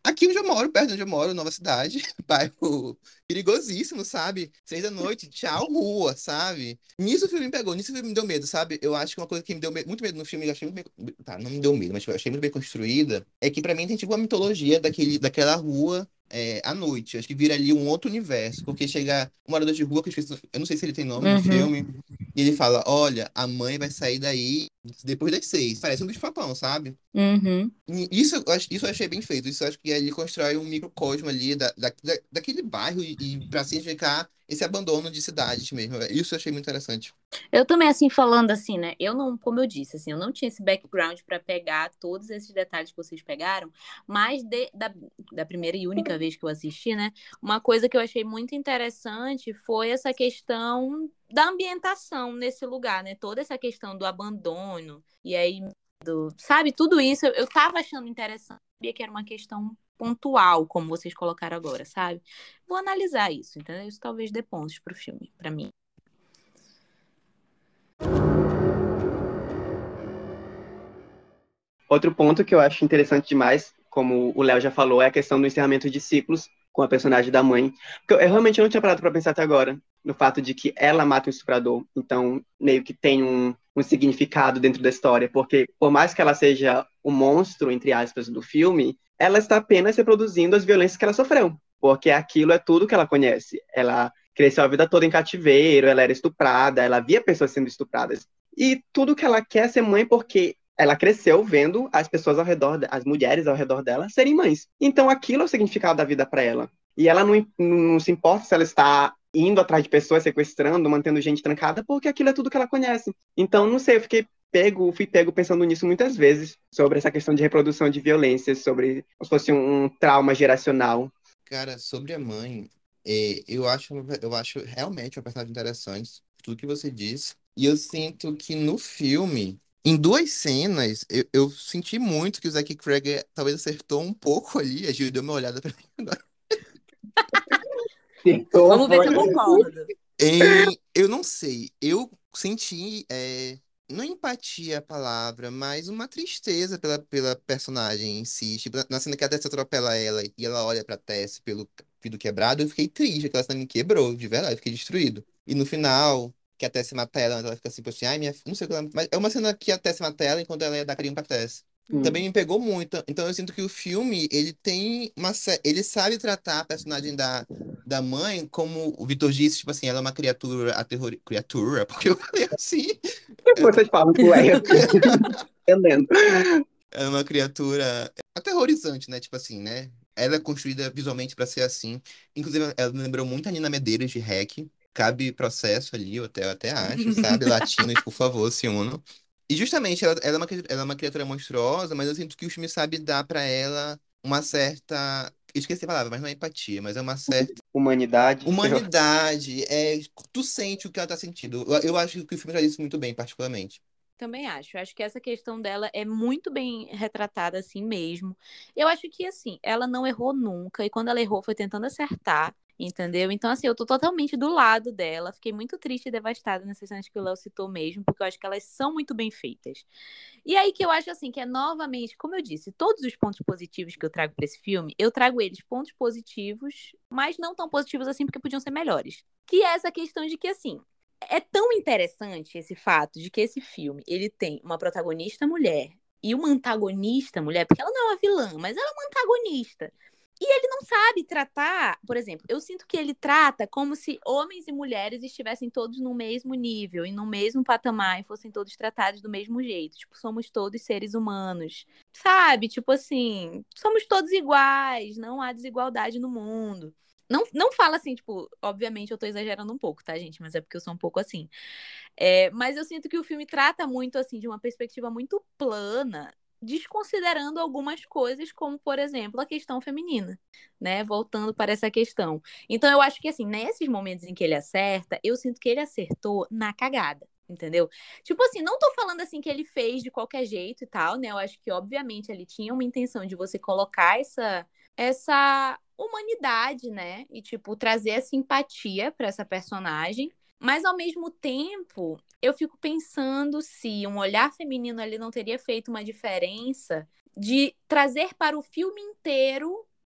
Aqui onde eu moro, perto de onde eu moro, Nova Cidade, bairro perigosíssimo, sabe? Seis da noite, tchau, rua, sabe? Nisso o filme me pegou, nisso o filme me deu medo, sabe? Eu acho que uma coisa que me deu me- muito medo no filme, eu achei muito bem... Tá, não me deu medo, mas tipo, eu achei muito bem construída, é que pra mim tem tipo uma mitologia daquele, daquela rua é, à noite. Acho que vira ali um outro universo, porque chega um morador de rua, que eu, esqueci- eu não sei se ele tem nome no Uhum. filme, e ele fala, olha, a mãe vai sair daí depois das seis. Parece um bicho-papão, sabe? Uhum. E Isso, eu ach- isso eu achei bem feito. Isso eu acho que ele constrói um microcosmo ali da, da, da- daquele bairro e, e para significar esse abandono de cidades mesmo. Isso eu achei muito interessante. Eu também, assim, falando assim, né? Eu não, como eu disse, assim, eu não tinha esse background para pegar todos esses detalhes que vocês pegaram, mas de- da, da primeira e única vez que eu assisti, né? Uma coisa que eu achei muito interessante foi essa questão da ambientação nesse lugar, né? Toda essa questão do abandono, e aí, do, sabe, tudo isso eu, eu tava achando interessante, sabia que era uma questão pontual, como vocês colocaram agora, sabe? Vou analisar isso, entendeu? Isso talvez dê pontos pro filme, para mim. Outro ponto que eu acho interessante demais, como o Léo já falou, é a questão do encerramento de ciclos com a personagem da mãe. Porque eu, eu realmente não tinha parado para pensar até agora no fato de que ela mata o estuprador. Então, meio que tem um, um significado dentro da história. Porque, por mais que ela seja o monstro, entre aspas, do filme, ela está apenas reproduzindo as violências que ela sofreu. Porque aquilo é tudo que ela conhece. Ela cresceu a vida toda em cativeiro, ela era estuprada, ela via pessoas sendo estupradas. E tudo que ela quer é ser mãe porque ela cresceu vendo as pessoas ao redor, as mulheres ao redor dela serem mães. Então aquilo é o significado da vida para ela. E ela não, não se importa se ela está indo atrás de pessoas, sequestrando, mantendo gente trancada, porque aquilo é tudo que ela conhece. Então, não sei, eu fiquei pego, fui pego pensando nisso muitas vezes, sobre essa questão de reprodução de violências, sobre como se fosse um, um trauma geracional. Cara, sobre a mãe, é, eu acho, eu acho realmente uma personagem interessante, tudo que você disse. E eu sinto que no filme, em duas cenas, eu, eu senti muito que o Zac Efron talvez acertou um pouco ali. A Gil deu uma olhada pra mim agora. Então, Vamos ver foi. se eu concordo. Em, eu não sei, eu senti, é, não empatia a palavra, mas uma tristeza pela, pela personagem em si. Tipo, na na cena que a Tess atropela ela e ela olha pra Tess pelo vidro quebrado, eu fiquei triste, aquela cena me quebrou, de verdade, eu fiquei destruído. E no final, que a Tess mata ela, ela fica assim, tipo assim, ai, minha... Não sei o que ela... Mas é uma cena que a Tess mata ela enquanto ela ia dar carinho pra Tess. Também Hum. me pegou muito. Então eu sinto que o filme, ele tem uma... sé- Ele sabe tratar a personagem da da mãe, como o Vitor disse, tipo assim, ela é uma criatura aterror... criatura, porque eu falei assim, Vocês falam com Leia, entendendo. ela é uma criatura aterrorizante, né? Tipo assim, né? Ela é construída visualmente pra ser assim. Inclusive, ela me lembrou muito a Nina Medeiros de Hack. Cabe processo ali, eu até, eu até acho, sabe? Latinos, por favor, se unam. E justamente, ela, ela é uma, cri- ela é uma criatura monstruosa, mas eu sinto que o filme sabe dar pra ela uma certa... eu esqueci a palavra, mas não é empatia, mas é uma certa Humanidade. humanidade. É, tu sente o que ela tá sentindo. Eu, eu acho que o filme traz isso muito bem, particularmente. Também acho. Eu acho que essa questão dela é muito bem retratada assim mesmo. Eu acho que, assim, ela não errou nunca. E quando ela errou, foi tentando acertar. Entendeu? Então, assim, eu tô totalmente do lado dela. Fiquei muito triste e devastada nessas cenas que o Léo citou mesmo, porque eu acho que elas são muito bem feitas. E aí que eu acho, assim, que é novamente, como eu disse, todos os pontos positivos que eu trago pra esse filme, eu trago eles pontos positivos, mas não tão positivos assim, porque podiam ser melhores. Que é essa questão de que, assim, é tão interessante esse fato de que esse filme ele tem uma protagonista mulher e uma antagonista mulher, porque ela não é uma vilã, mas ela é uma antagonista. E ele não sabe tratar, por exemplo, eu sinto que ele trata como se homens e mulheres estivessem todos no mesmo nível e no mesmo patamar e fossem todos tratados do mesmo jeito. Tipo, somos todos seres humanos. Sabe? Tipo assim, somos todos iguais, não há desigualdade no mundo. Não, não fala assim, tipo, obviamente eu tô exagerando um pouco, tá, gente? Mas é porque eu sou um pouco assim. É, mas eu sinto que o filme trata muito, assim, de uma perspectiva muito plana, desconsiderando algumas coisas, como, por exemplo, a questão feminina, né? Voltando para essa questão. Então, eu acho que, assim, nesses momentos em que ele acerta, eu sinto que ele acertou na cagada. Entendeu? Tipo assim, não tô falando assim que ele fez de qualquer jeito e tal, né? Eu acho que, obviamente, ele tinha uma intenção de você colocar essa, essa humanidade, né? E, tipo, trazer essa empatia para essa personagem. Mas, ao mesmo tempo, eu fico pensando se um olhar feminino ali não teria feito uma diferença de trazer para o filme inteiro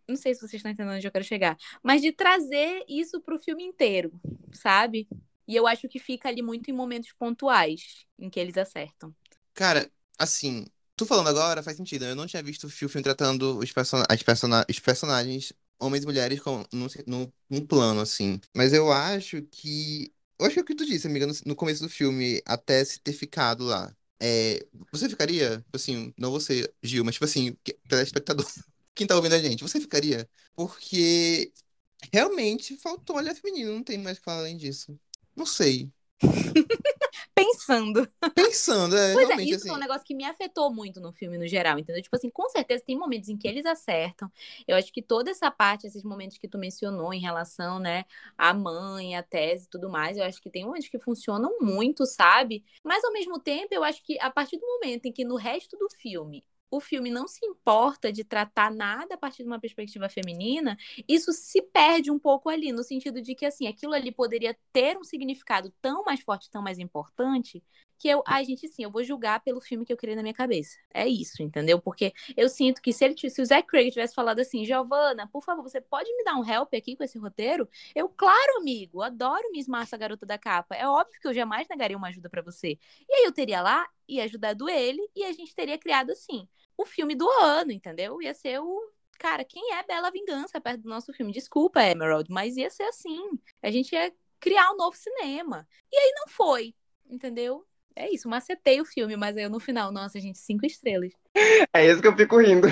Não sei se vocês estão entendendo onde eu quero chegar. Mas de trazer isso pro filme inteiro, sabe? E eu acho que fica ali muito em momentos pontuais em que eles acertam. Cara, assim, tu falando agora faz sentido. Eu não tinha visto o filme tratando os, person as persona os personagens, homens e mulheres, com, num, num, num plano, assim. Mas eu acho que. Eu acho que é o que tu disse, amiga, no, no começo do filme, até se ter ficado lá. É, você ficaria, tipo assim, não você, Gil, mas tipo assim, que- telespectador, quem tá ouvindo a gente, você ficaria? Porque realmente faltou olhar feminino, não tem mais o que falar além disso. Não sei. Pensando. Pensando, é Pois é, realmente isso foi um assim. negócio que me afetou muito no filme no geral, entendeu? Tipo assim, com certeza tem momentos em que eles acertam. Eu acho que toda essa parte, esses momentos que tu mencionou em relação, né, à mãe, à tese e tudo mais, eu acho que tem momentos que funcionam muito, sabe? Mas ao mesmo tempo, eu acho que a partir do momento em que no resto do filme o filme não se importa de tratar nada a partir de uma perspectiva feminina, isso se perde um pouco ali, no sentido de que, assim, aquilo ali poderia ter um significado tão mais forte, tão mais importante, que eu, ai, gente, sim, eu vou julgar pelo filme que eu criei na minha cabeça. É isso, entendeu? Porque eu sinto que se ele, se o Zac Craig tivesse falado assim, Giovanna, por favor, você pode me dar um help aqui com esse roteiro? Eu, claro, amigo, adoro Miss Massa, garota da capa. É óbvio que eu jamais negaria uma ajuda pra você. E aí eu teria lá e ajudado ele e a gente teria criado assim o filme do ano, entendeu? Ia ser o cara, quem é Bela Vingança perto do nosso filme? Desculpa, Emerald, mas ia ser assim. A gente ia criar um novo cinema. E aí não foi, entendeu? É isso, macetei o filme, mas aí eu no final, nossa, gente, cinco estrelas. É isso que eu fico rindo.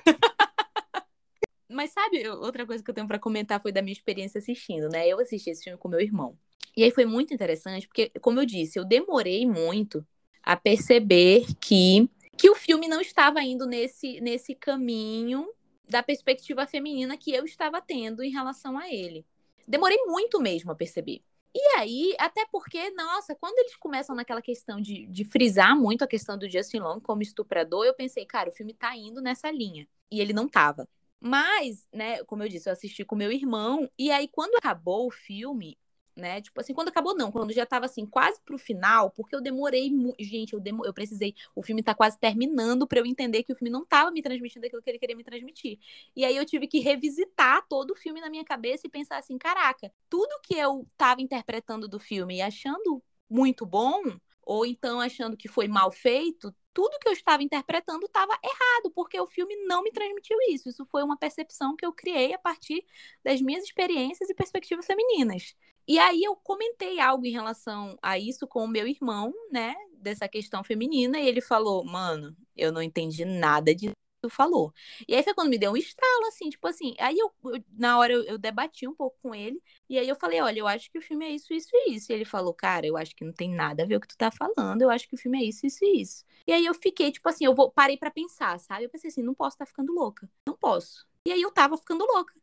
Mas sabe, outra coisa que eu tenho pra comentar foi da minha experiência assistindo, né? Eu assisti esse filme com meu irmão. E aí foi muito interessante, porque, como eu disse, eu demorei muito a perceber que, que o filme não estava indo nesse, nesse caminho da perspectiva feminina que eu estava tendo em relação a ele. Demorei muito mesmo a perceber. E aí, até porque, nossa, quando eles começam naquela questão de, de frisar muito a questão do Justin Long como estuprador, eu pensei, cara, o filme tá indo nessa linha. E ele não tava. Mas, né, como eu disse, eu assisti com meu irmão, e aí quando acabou o filme, né, tipo assim, quando acabou não, quando já tava assim, quase pro final, porque eu demorei, mu- gente, eu, demo... eu precisei, o filme tá quase terminando pra eu entender que o filme não tava me transmitindo aquilo que ele queria me transmitir. E aí eu tive que revisitar todo o filme na minha cabeça e pensar assim, caraca, tudo que eu tava interpretando do filme e achando muito bom, ou então achando que foi mal feito, tudo que eu estava interpretando estava errado, porque o filme não me transmitiu isso. Isso foi uma percepção que eu criei a partir das minhas experiências e perspectivas femininas. E aí eu comentei algo em relação a isso com o meu irmão, né, dessa questão feminina, e ele falou, mano, eu não entendi nada disso que tu falou. E aí foi quando me deu um estalo, assim, tipo assim, aí eu, eu- na hora eu, eu debati um pouco com ele, e aí eu falei, olha, eu acho que o filme é isso, isso e isso. E ele falou, cara, eu acho que não tem nada a ver o que tu tá falando, eu acho que o filme é isso, isso e isso. E aí eu fiquei, tipo assim, eu vou, parei pra pensar, sabe? Eu pensei assim, não posso estar ficando louca. Não posso. E aí eu tava ficando louca.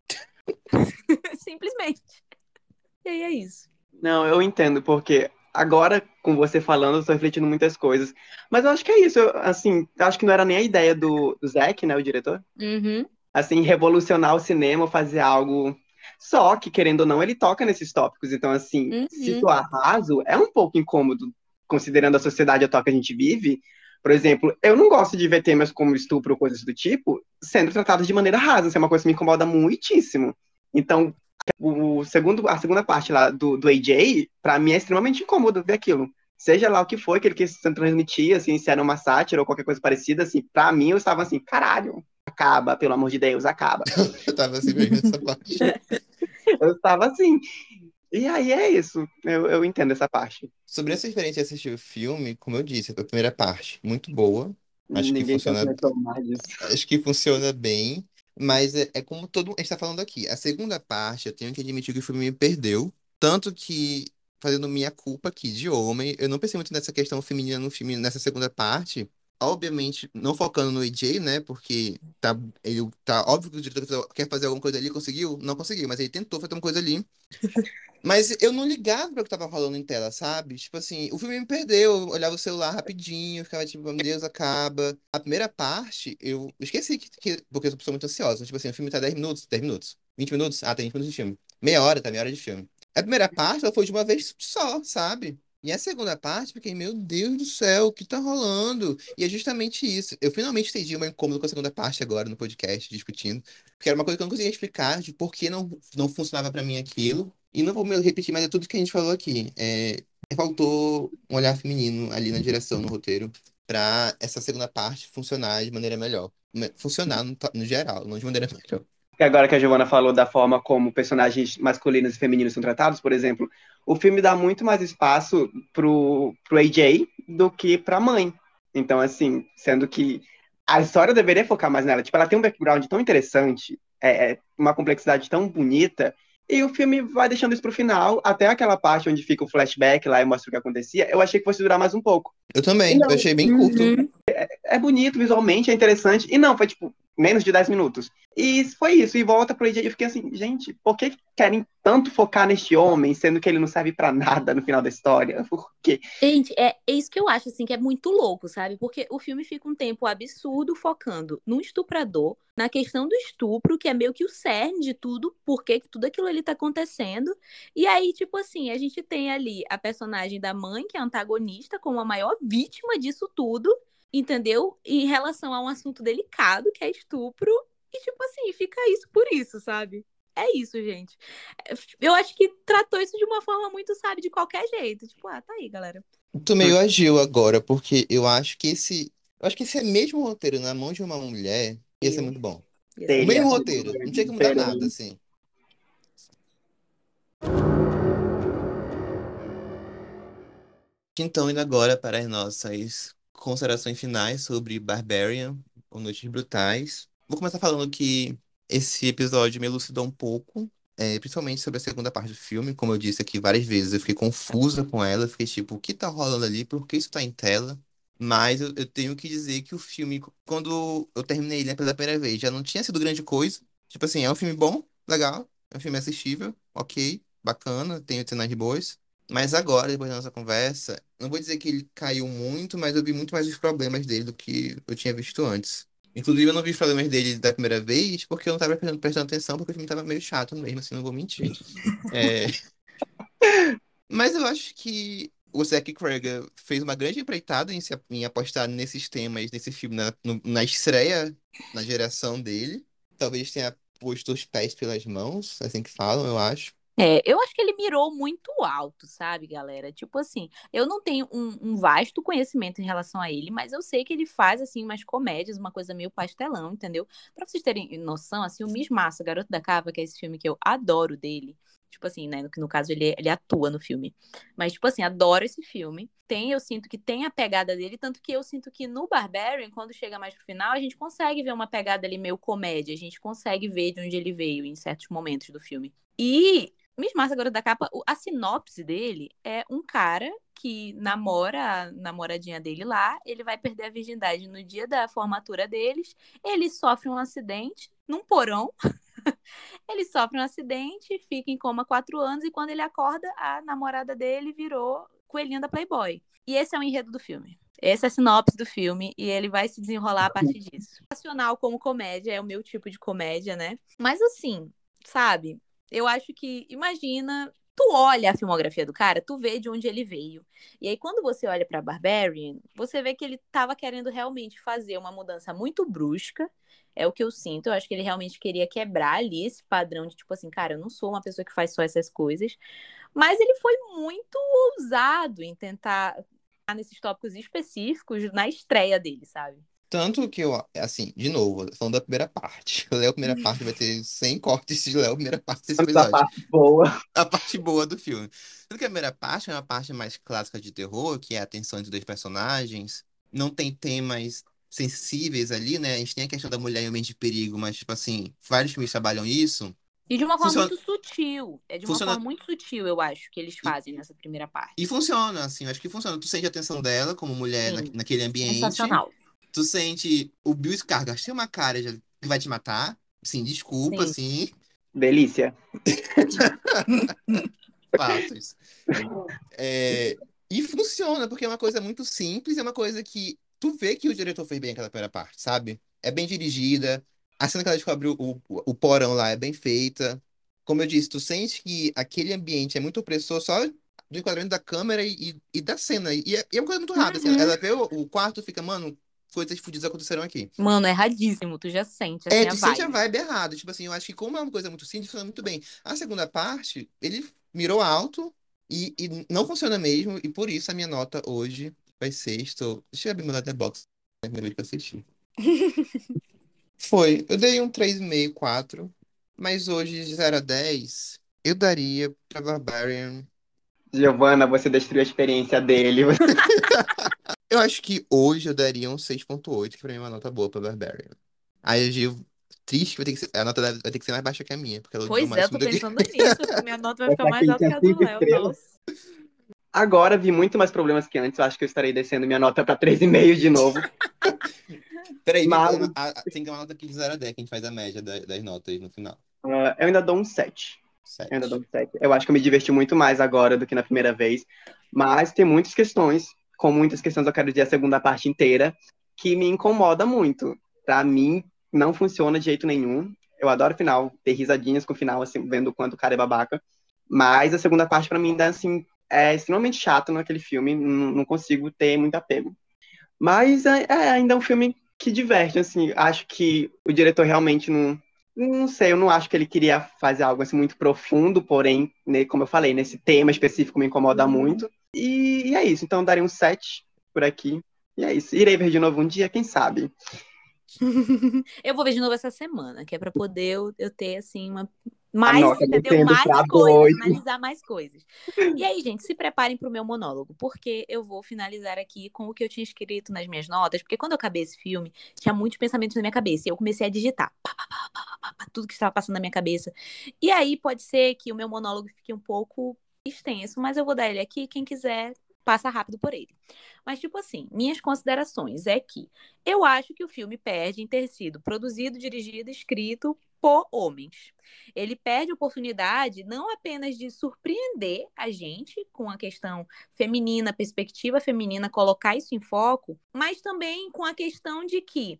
Simplesmente. E aí é isso. Não, eu entendo, porque agora, com você falando, eu tô refletindo muitas coisas. Mas eu acho que é isso, eu, assim, eu acho que não era nem a ideia do, do Zack, né, o diretor? Uhum, Assim, revolucionar o cinema, fazer algo. Só que, querendo ou não, ele toca nesses tópicos. Então, assim, se uhum. for arraso, é um pouco incômodo, considerando a sociedade atual que a gente vive. Por exemplo, eu não gosto de ver temas como estupro ou coisas do tipo sendo tratados de maneira rasa. Isso é uma coisa que me incomoda muitíssimo. Então, o segundo, a segunda parte lá do, do A J, pra mim é extremamente incômodo ver aquilo. Seja lá o que foi que ele quis transmitir, assim, se era uma sátira ou qualquer coisa parecida, assim, pra mim eu estava assim, caralho, acaba, pelo amor de Deus, acaba. Eu tava assim mesmo nessa parte. Eu estava assim. E aí é isso, eu, eu entendo essa parte. Sobre essa experiência de assistir o filme, como eu disse, a primeira parte, muito boa. Acho que Ninguém pode funciona, reclamar disso. acho que funciona bem. Mas é, é como todo a gente está falando aqui. A segunda parte, eu tenho que admitir que o filme me perdeu. Tanto que, fazendo minha culpa aqui de homem, eu não pensei muito nessa questão feminina no filme, nessa segunda parte. Obviamente, não focando no A J, né? Porque tá, ele, tá óbvio que o diretor quer fazer alguma coisa ali, conseguiu? Não conseguiu, mas ele tentou fazer uma coisa ali. Mas eu não ligava para o que tava rolando em tela, sabe? Tipo assim, o filme me perdeu. Eu olhava o celular rapidinho, ficava tipo, meu Deus, acaba. A primeira parte, eu esqueci que, que- porque eu sou uma pessoa muito ansiosa. Tipo assim, o filme tá dez minutos, dez minutos, vinte minutos. Ah, tem vinte minutos de filme. Meia hora, tá? Meia hora de filme. A primeira parte, ela foi de uma vez só, sabe? E a segunda parte, fiquei, meu Deus do céu, o que tá rolando? E é justamente isso. Eu finalmente entendi o meu incômodo com a segunda parte agora no podcast, discutindo. Porque era uma coisa que eu não conseguia explicar de por que não, não funcionava pra mim aquilo. E não vou me repetir, mas é tudo que a gente falou aqui. É, faltou um olhar feminino ali na direção, no roteiro, pra essa segunda parte funcionar de maneira melhor. Me- Funcionar no, to- no geral, não de maneira melhor. E agora que a Giovanna falou da forma como personagens masculinos e femininos são tratados, por exemplo, o filme dá muito mais espaço pro, pro A J do que pra mãe. Então, assim, sendo que a história deveria focar mais nela. Tipo, ela tem um background tão interessante, é, é uma complexidade tão bonita, e o filme vai deixando isso pro final, até aquela parte onde fica o flashback lá e mostra o que acontecia. Eu achei que fosse durar mais um pouco. Eu E também, eu não, achei bem curto. Uhum. é bonito visualmente, é interessante. E não, foi tipo menos de dez minutos. E foi isso. E volta pro A J. Eu fiquei assim, gente, por que querem tanto focar neste homem, sendo que ele não serve pra nada no final da história? Por quê? Gente, é, é isso que eu acho, assim, que é muito louco, sabe? Porque o filme fica um tempo absurdo focando no estuprador, na questão do estupro, que é meio que o cerne de tudo, por que que tudo aquilo ali tá acontecendo. E aí, tipo assim, a gente tem ali a personagem da mãe, que é a antagonista, como a maior vítima disso tudo, entendeu? Em relação a um assunto delicado, que é estupro, e tipo assim, fica isso por isso, sabe? É isso, gente. Eu acho que tratou isso de uma forma muito, sabe, de qualquer jeito. Tipo, ah, tá aí, galera. Tô meio agil agora, porque eu acho que esse. Eu acho que esse é mesmo roteiro na mão de uma mulher ia ser Eu. muito bom. Ia ser O muito Seria. mesmo bom. roteiro, não tinha que mudar nada, Diferente. assim. Então, indo agora para as nossas considerações finais sobre Barbarian, ou Noites Brutais. Vou começar falando que esse episódio me elucidou um pouco, é, principalmente sobre a segunda parte do filme. Como eu disse aqui várias vezes, eu fiquei confusa com ela, eu fiquei tipo, o que tá rolando ali? Por que isso tá em tela? Mas eu, eu tenho que dizer que o filme, quando eu terminei ele pela primeira vez, já não tinha sido grande coisa. Tipo assim, é um filme bom, legal, é um filme assistível, ok, bacana, tem cenas boas. Mas agora, depois da nossa conversa, não vou dizer que ele caiu muito, mas eu vi muito mais os problemas dele do que eu tinha visto antes. Inclusive, eu não vi os problemas dele da primeira vez porque eu não estava prestando, prestando atenção, porque o filme estava meio chato mesmo, assim, não vou mentir. É, mas eu acho que o Zac Cregger fez uma grande empreitada em, se, em apostar nesses temas, nesse filme, na, no- na estreia, na geração dele. Talvez tenha posto os pés pelas mãos, assim que falam, eu acho. É, eu acho que ele mirou muito alto, sabe, galera? Tipo assim, eu não tenho um, um vasto conhecimento em relação a ele, mas eu sei que ele faz, assim, umas comédias, uma coisa meio pastelão, entendeu? Pra vocês terem noção, assim, o Miss Massa, Garoto da Capa, que é esse filme que eu adoro dele. Tipo assim, né? No, no caso, ele, ele atua no filme. Mas, tipo assim, adoro esse filme. Tem, eu sinto que tem a pegada dele, tanto que eu sinto que no Barbarian, quando chega mais pro final, a gente consegue ver uma pegada ali meio comédia. A gente consegue ver de onde ele veio em certos momentos do filme. E Miss Massa, Garota da Capa, o- a sinopse dele é um cara que namora a namoradinha dele lá, ele vai perder a virgindade no dia da formatura deles, ele sofre um acidente num porão, ele sofre um acidente, fica em coma quatro anos, e quando ele acorda, a namorada dele virou coelhinha da Playboy. E esse é o enredo do filme. Essa é a sinopse do filme, e ele vai se desenrolar a partir disso. Nacional como comédia, é o meu tipo de comédia, né? Mas assim, sabe? Eu acho que, imagina, tu olha a filmografia do cara, tu vê de onde ele veio. E aí, quando você olha pra Barbarian, você vê que ele tava querendo realmente fazer uma mudança muito brusca. É o que eu sinto. Eu acho que ele realmente queria quebrar ali esse padrão de, tipo assim, cara, eu não sou uma pessoa que faz só essas coisas. Mas ele foi muito ousado em tentar nesses tópicos específicos na estreia dele, sabe? Tanto que eu, assim, de novo, falando da primeira parte. O Léo, primeira parte, vai ter cem cortes de Léo, primeira parte desse Essa episódio. parte boa. A parte boa do filme. Tanto que a primeira parte é uma parte mais clássica de terror, que é a tensão entre dois personagens. Não tem temas sensíveis ali, né? A gente tem a questão da mulher em ambiente de perigo, mas, tipo assim, vários filmes trabalham isso. E de uma forma Funciona, muito sutil. É de uma funciona forma muito sutil, eu acho, que eles e, fazem nessa primeira e parte. funciona, assim, eu acho que funciona. Tu sente a atenção dela como mulher na, Sim, naquele ambiente. sensacional. Tu sente o Bill Skarsgård tem uma cara já que vai te matar. Sim, desculpa, Sim. assim. Delícia. Fatos. É, e funciona, porque é uma coisa muito simples, é uma coisa que tu vê que o diretor fez bem aquela primeira parte, sabe? É bem dirigida, a cena que ela descobre o, o, o porão lá é bem feita. Como eu disse, tu sente que aquele ambiente é muito opressor só do enquadramento da câmera e, e, e da cena. E é, e é uma coisa muito rápida. Assim, ela vê o, o quarto e fica, mano, coisas fodidas aconteceram aqui. Mano, é erradíssimo, tu já sente, assim, É, a tu sente a vibe. vibe errada. Tipo assim, eu acho que como é uma coisa muito simples, funciona muito bem. A segunda parte, ele mirou alto e, e não funciona mesmo. E por isso a minha nota hoje vai ser, estou... Deixa eu abrir meu letterboxd, né? Primeira vez que eu assisti. Foi, eu dei um três vírgula cinco, quatro. Mas hoje, de zero a dez, eu daria pra Barbarian. Giovanna, você destruiu a experiência dele. Eu acho que hoje eu daria um seis ponto oito, que pra mim é uma nota boa pra Barbarian. Aí eu digo, triste que vai ter que ser, a nota deve- vai ter que ser mais baixa que a minha, porque ela odiou Pois é, mais eu o tô filme do que... pensando nisso. Minha nota vai ficar Essa mais aqui alta que tinha a do cinco Léo, estrelas. nossa. Agora vi muito mais problemas que antes. Eu acho que eu estarei descendo minha nota pra três vírgula cinco de novo. Peraí, vem Mas fazendo a- a- tem que ter uma nota aqui de zero a dez, que a gente faz a média da- das notas no final. ah, eu ainda dou um sete. Eu ainda dou Sete. um sete. Eu acho que eu me diverti muito mais agora do que na primeira vez. Mas tem muitas questões, com muitas questões eu quero dizer a segunda parte inteira, que me incomoda muito. Pra mim, não funciona de jeito nenhum. Eu adoro o final, ter risadinhas com o final, assim, vendo o quanto o cara é babaca. Mas a segunda parte, pra mim, ainda assim, é extremamente chato naquele filme. Não, não consigo ter muito apego. Mas é, é ainda um filme que diverte, assim. Acho que o diretor realmente não. Não sei, eu não acho que ele queria fazer algo assim muito profundo, porém, né, como eu falei, nesse tema específico me incomoda muito. E, e é isso, então eu daria um sete por aqui. E é isso. Irei ver de novo um dia, quem sabe? Eu vou ver de novo essa semana, que é pra poder eu, eu ter, assim, uma... mais, Anota, entendeu? descendo Mais pra coisas, dois. analisar mais coisas. E aí, gente, se preparem pro meu monólogo, porque eu vou finalizar aqui com o que eu tinha escrito nas minhas notas, porque quando eu acabei esse filme, tinha muitos pensamentos na minha cabeça, e eu comecei a digitar pá, pá, pá, pá, pá, pá, tudo que estava passando na minha cabeça. E aí, pode ser que o meu monólogo fique um pouco extenso, mas eu vou dar ele aqui, quem quiser passa rápido por ele. Mas, tipo assim, minhas considerações é que eu acho que o filme perde em ter sido produzido, dirigido, escrito por homens. Ele perde a oportunidade não apenas de surpreender a gente com a questão feminina, perspectiva feminina, colocar isso em foco, mas também com a questão de que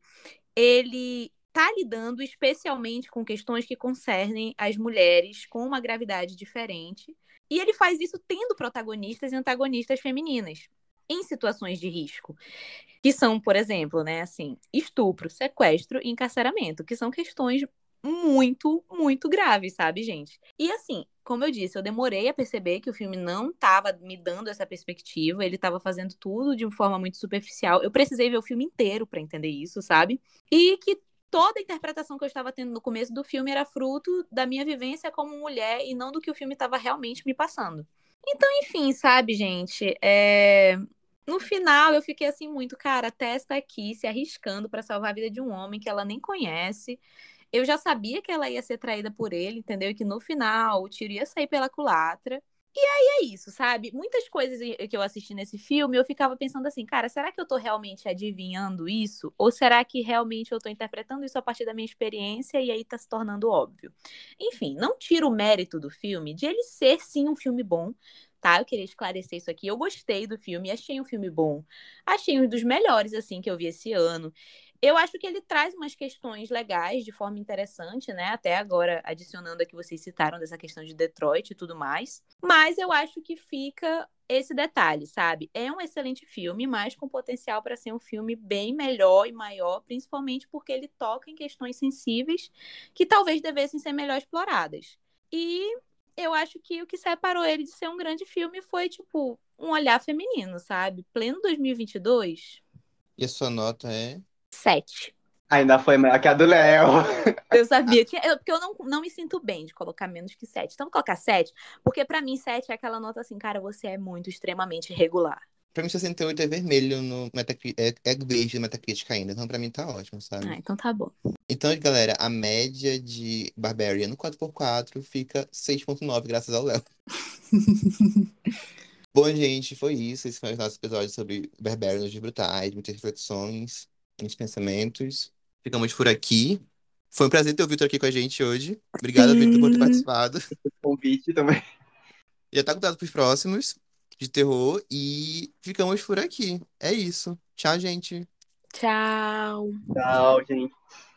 ele está lidando especialmente com questões que concernem as mulheres com uma gravidade diferente. E ele faz isso tendo protagonistas e antagonistas femininas em situações de risco, que são, por exemplo, né, assim, estupro, sequestro e encarceramento, que são questões muito, muito graves, sabe, gente? E assim, como eu disse, eu demorei a perceber que o filme não estava me dando essa perspectiva, ele estava fazendo tudo de uma forma muito superficial. Eu precisei ver o filme inteiro para entender isso, sabe? E que toda a interpretação que eu estava tendo no começo do filme era fruto da minha vivência como mulher e não do que o filme estava realmente me passando. Então, enfim, sabe, gente, é... no final eu fiquei assim muito, cara, a Tess tá aqui se arriscando para salvar a vida de um homem que ela nem conhece. Eu já sabia que ela ia ser traída por ele, entendeu? E que no final o tiro ia sair pela culatra. E aí é isso, sabe? Muitas coisas que eu assisti nesse filme, eu ficava pensando assim, cara, será que eu tô realmente adivinhando isso? Ou será que realmente eu tô interpretando isso a partir da minha experiência e aí tá se tornando óbvio? Enfim, não tiro o mérito do filme de ele ser sim um filme bom, tá? Eu queria esclarecer isso aqui. Eu gostei do filme, achei um filme bom. Achei um dos melhores, assim, que eu vi esse ano. Eu acho que ele traz umas questões legais de forma interessante, né? Até agora, adicionando a que vocês citaram dessa questão de Detroit e tudo mais. Mas eu acho que fica esse detalhe, sabe? É um excelente filme, mas com potencial para ser um filme bem melhor e maior, principalmente porque ele toca em questões sensíveis que talvez devessem ser melhor exploradas. E eu acho que o que separou ele de ser um grande filme foi, tipo, um olhar feminino, sabe? Pleno dois mil e vinte e dois. E a sua nota é? Sete. Ainda foi melhor que a do Léo. Eu sabia. Tinha, eu, porque eu não, não me sinto bem de colocar menos que sete. Então, vou colocar sete, porque pra mim, sete é aquela nota assim, cara, você é muito extremamente irregular. Pra mim, sessenta e oito é vermelho no Metacritic, é, é verde no Metacritic ainda, então pra mim tá ótimo, sabe? Ah, então tá bom. Então, galera, a média de Barbarian no quatro por quatro fica seis ponto nove, graças ao Léo. Bom, gente, foi isso. Esse foi o nosso episódio sobre Barbarian nos Dias Brutais, muitas reflexões, muitos pensamentos. Ficamos por aqui. Foi um prazer ter o Vitor aqui com a gente hoje. Obrigado, Vitor, por ter Sim. participado. Convite também. Já tá convidado pros próximos de terror e ficamos por aqui. É isso. Tchau, gente. Tchau. Tchau, gente.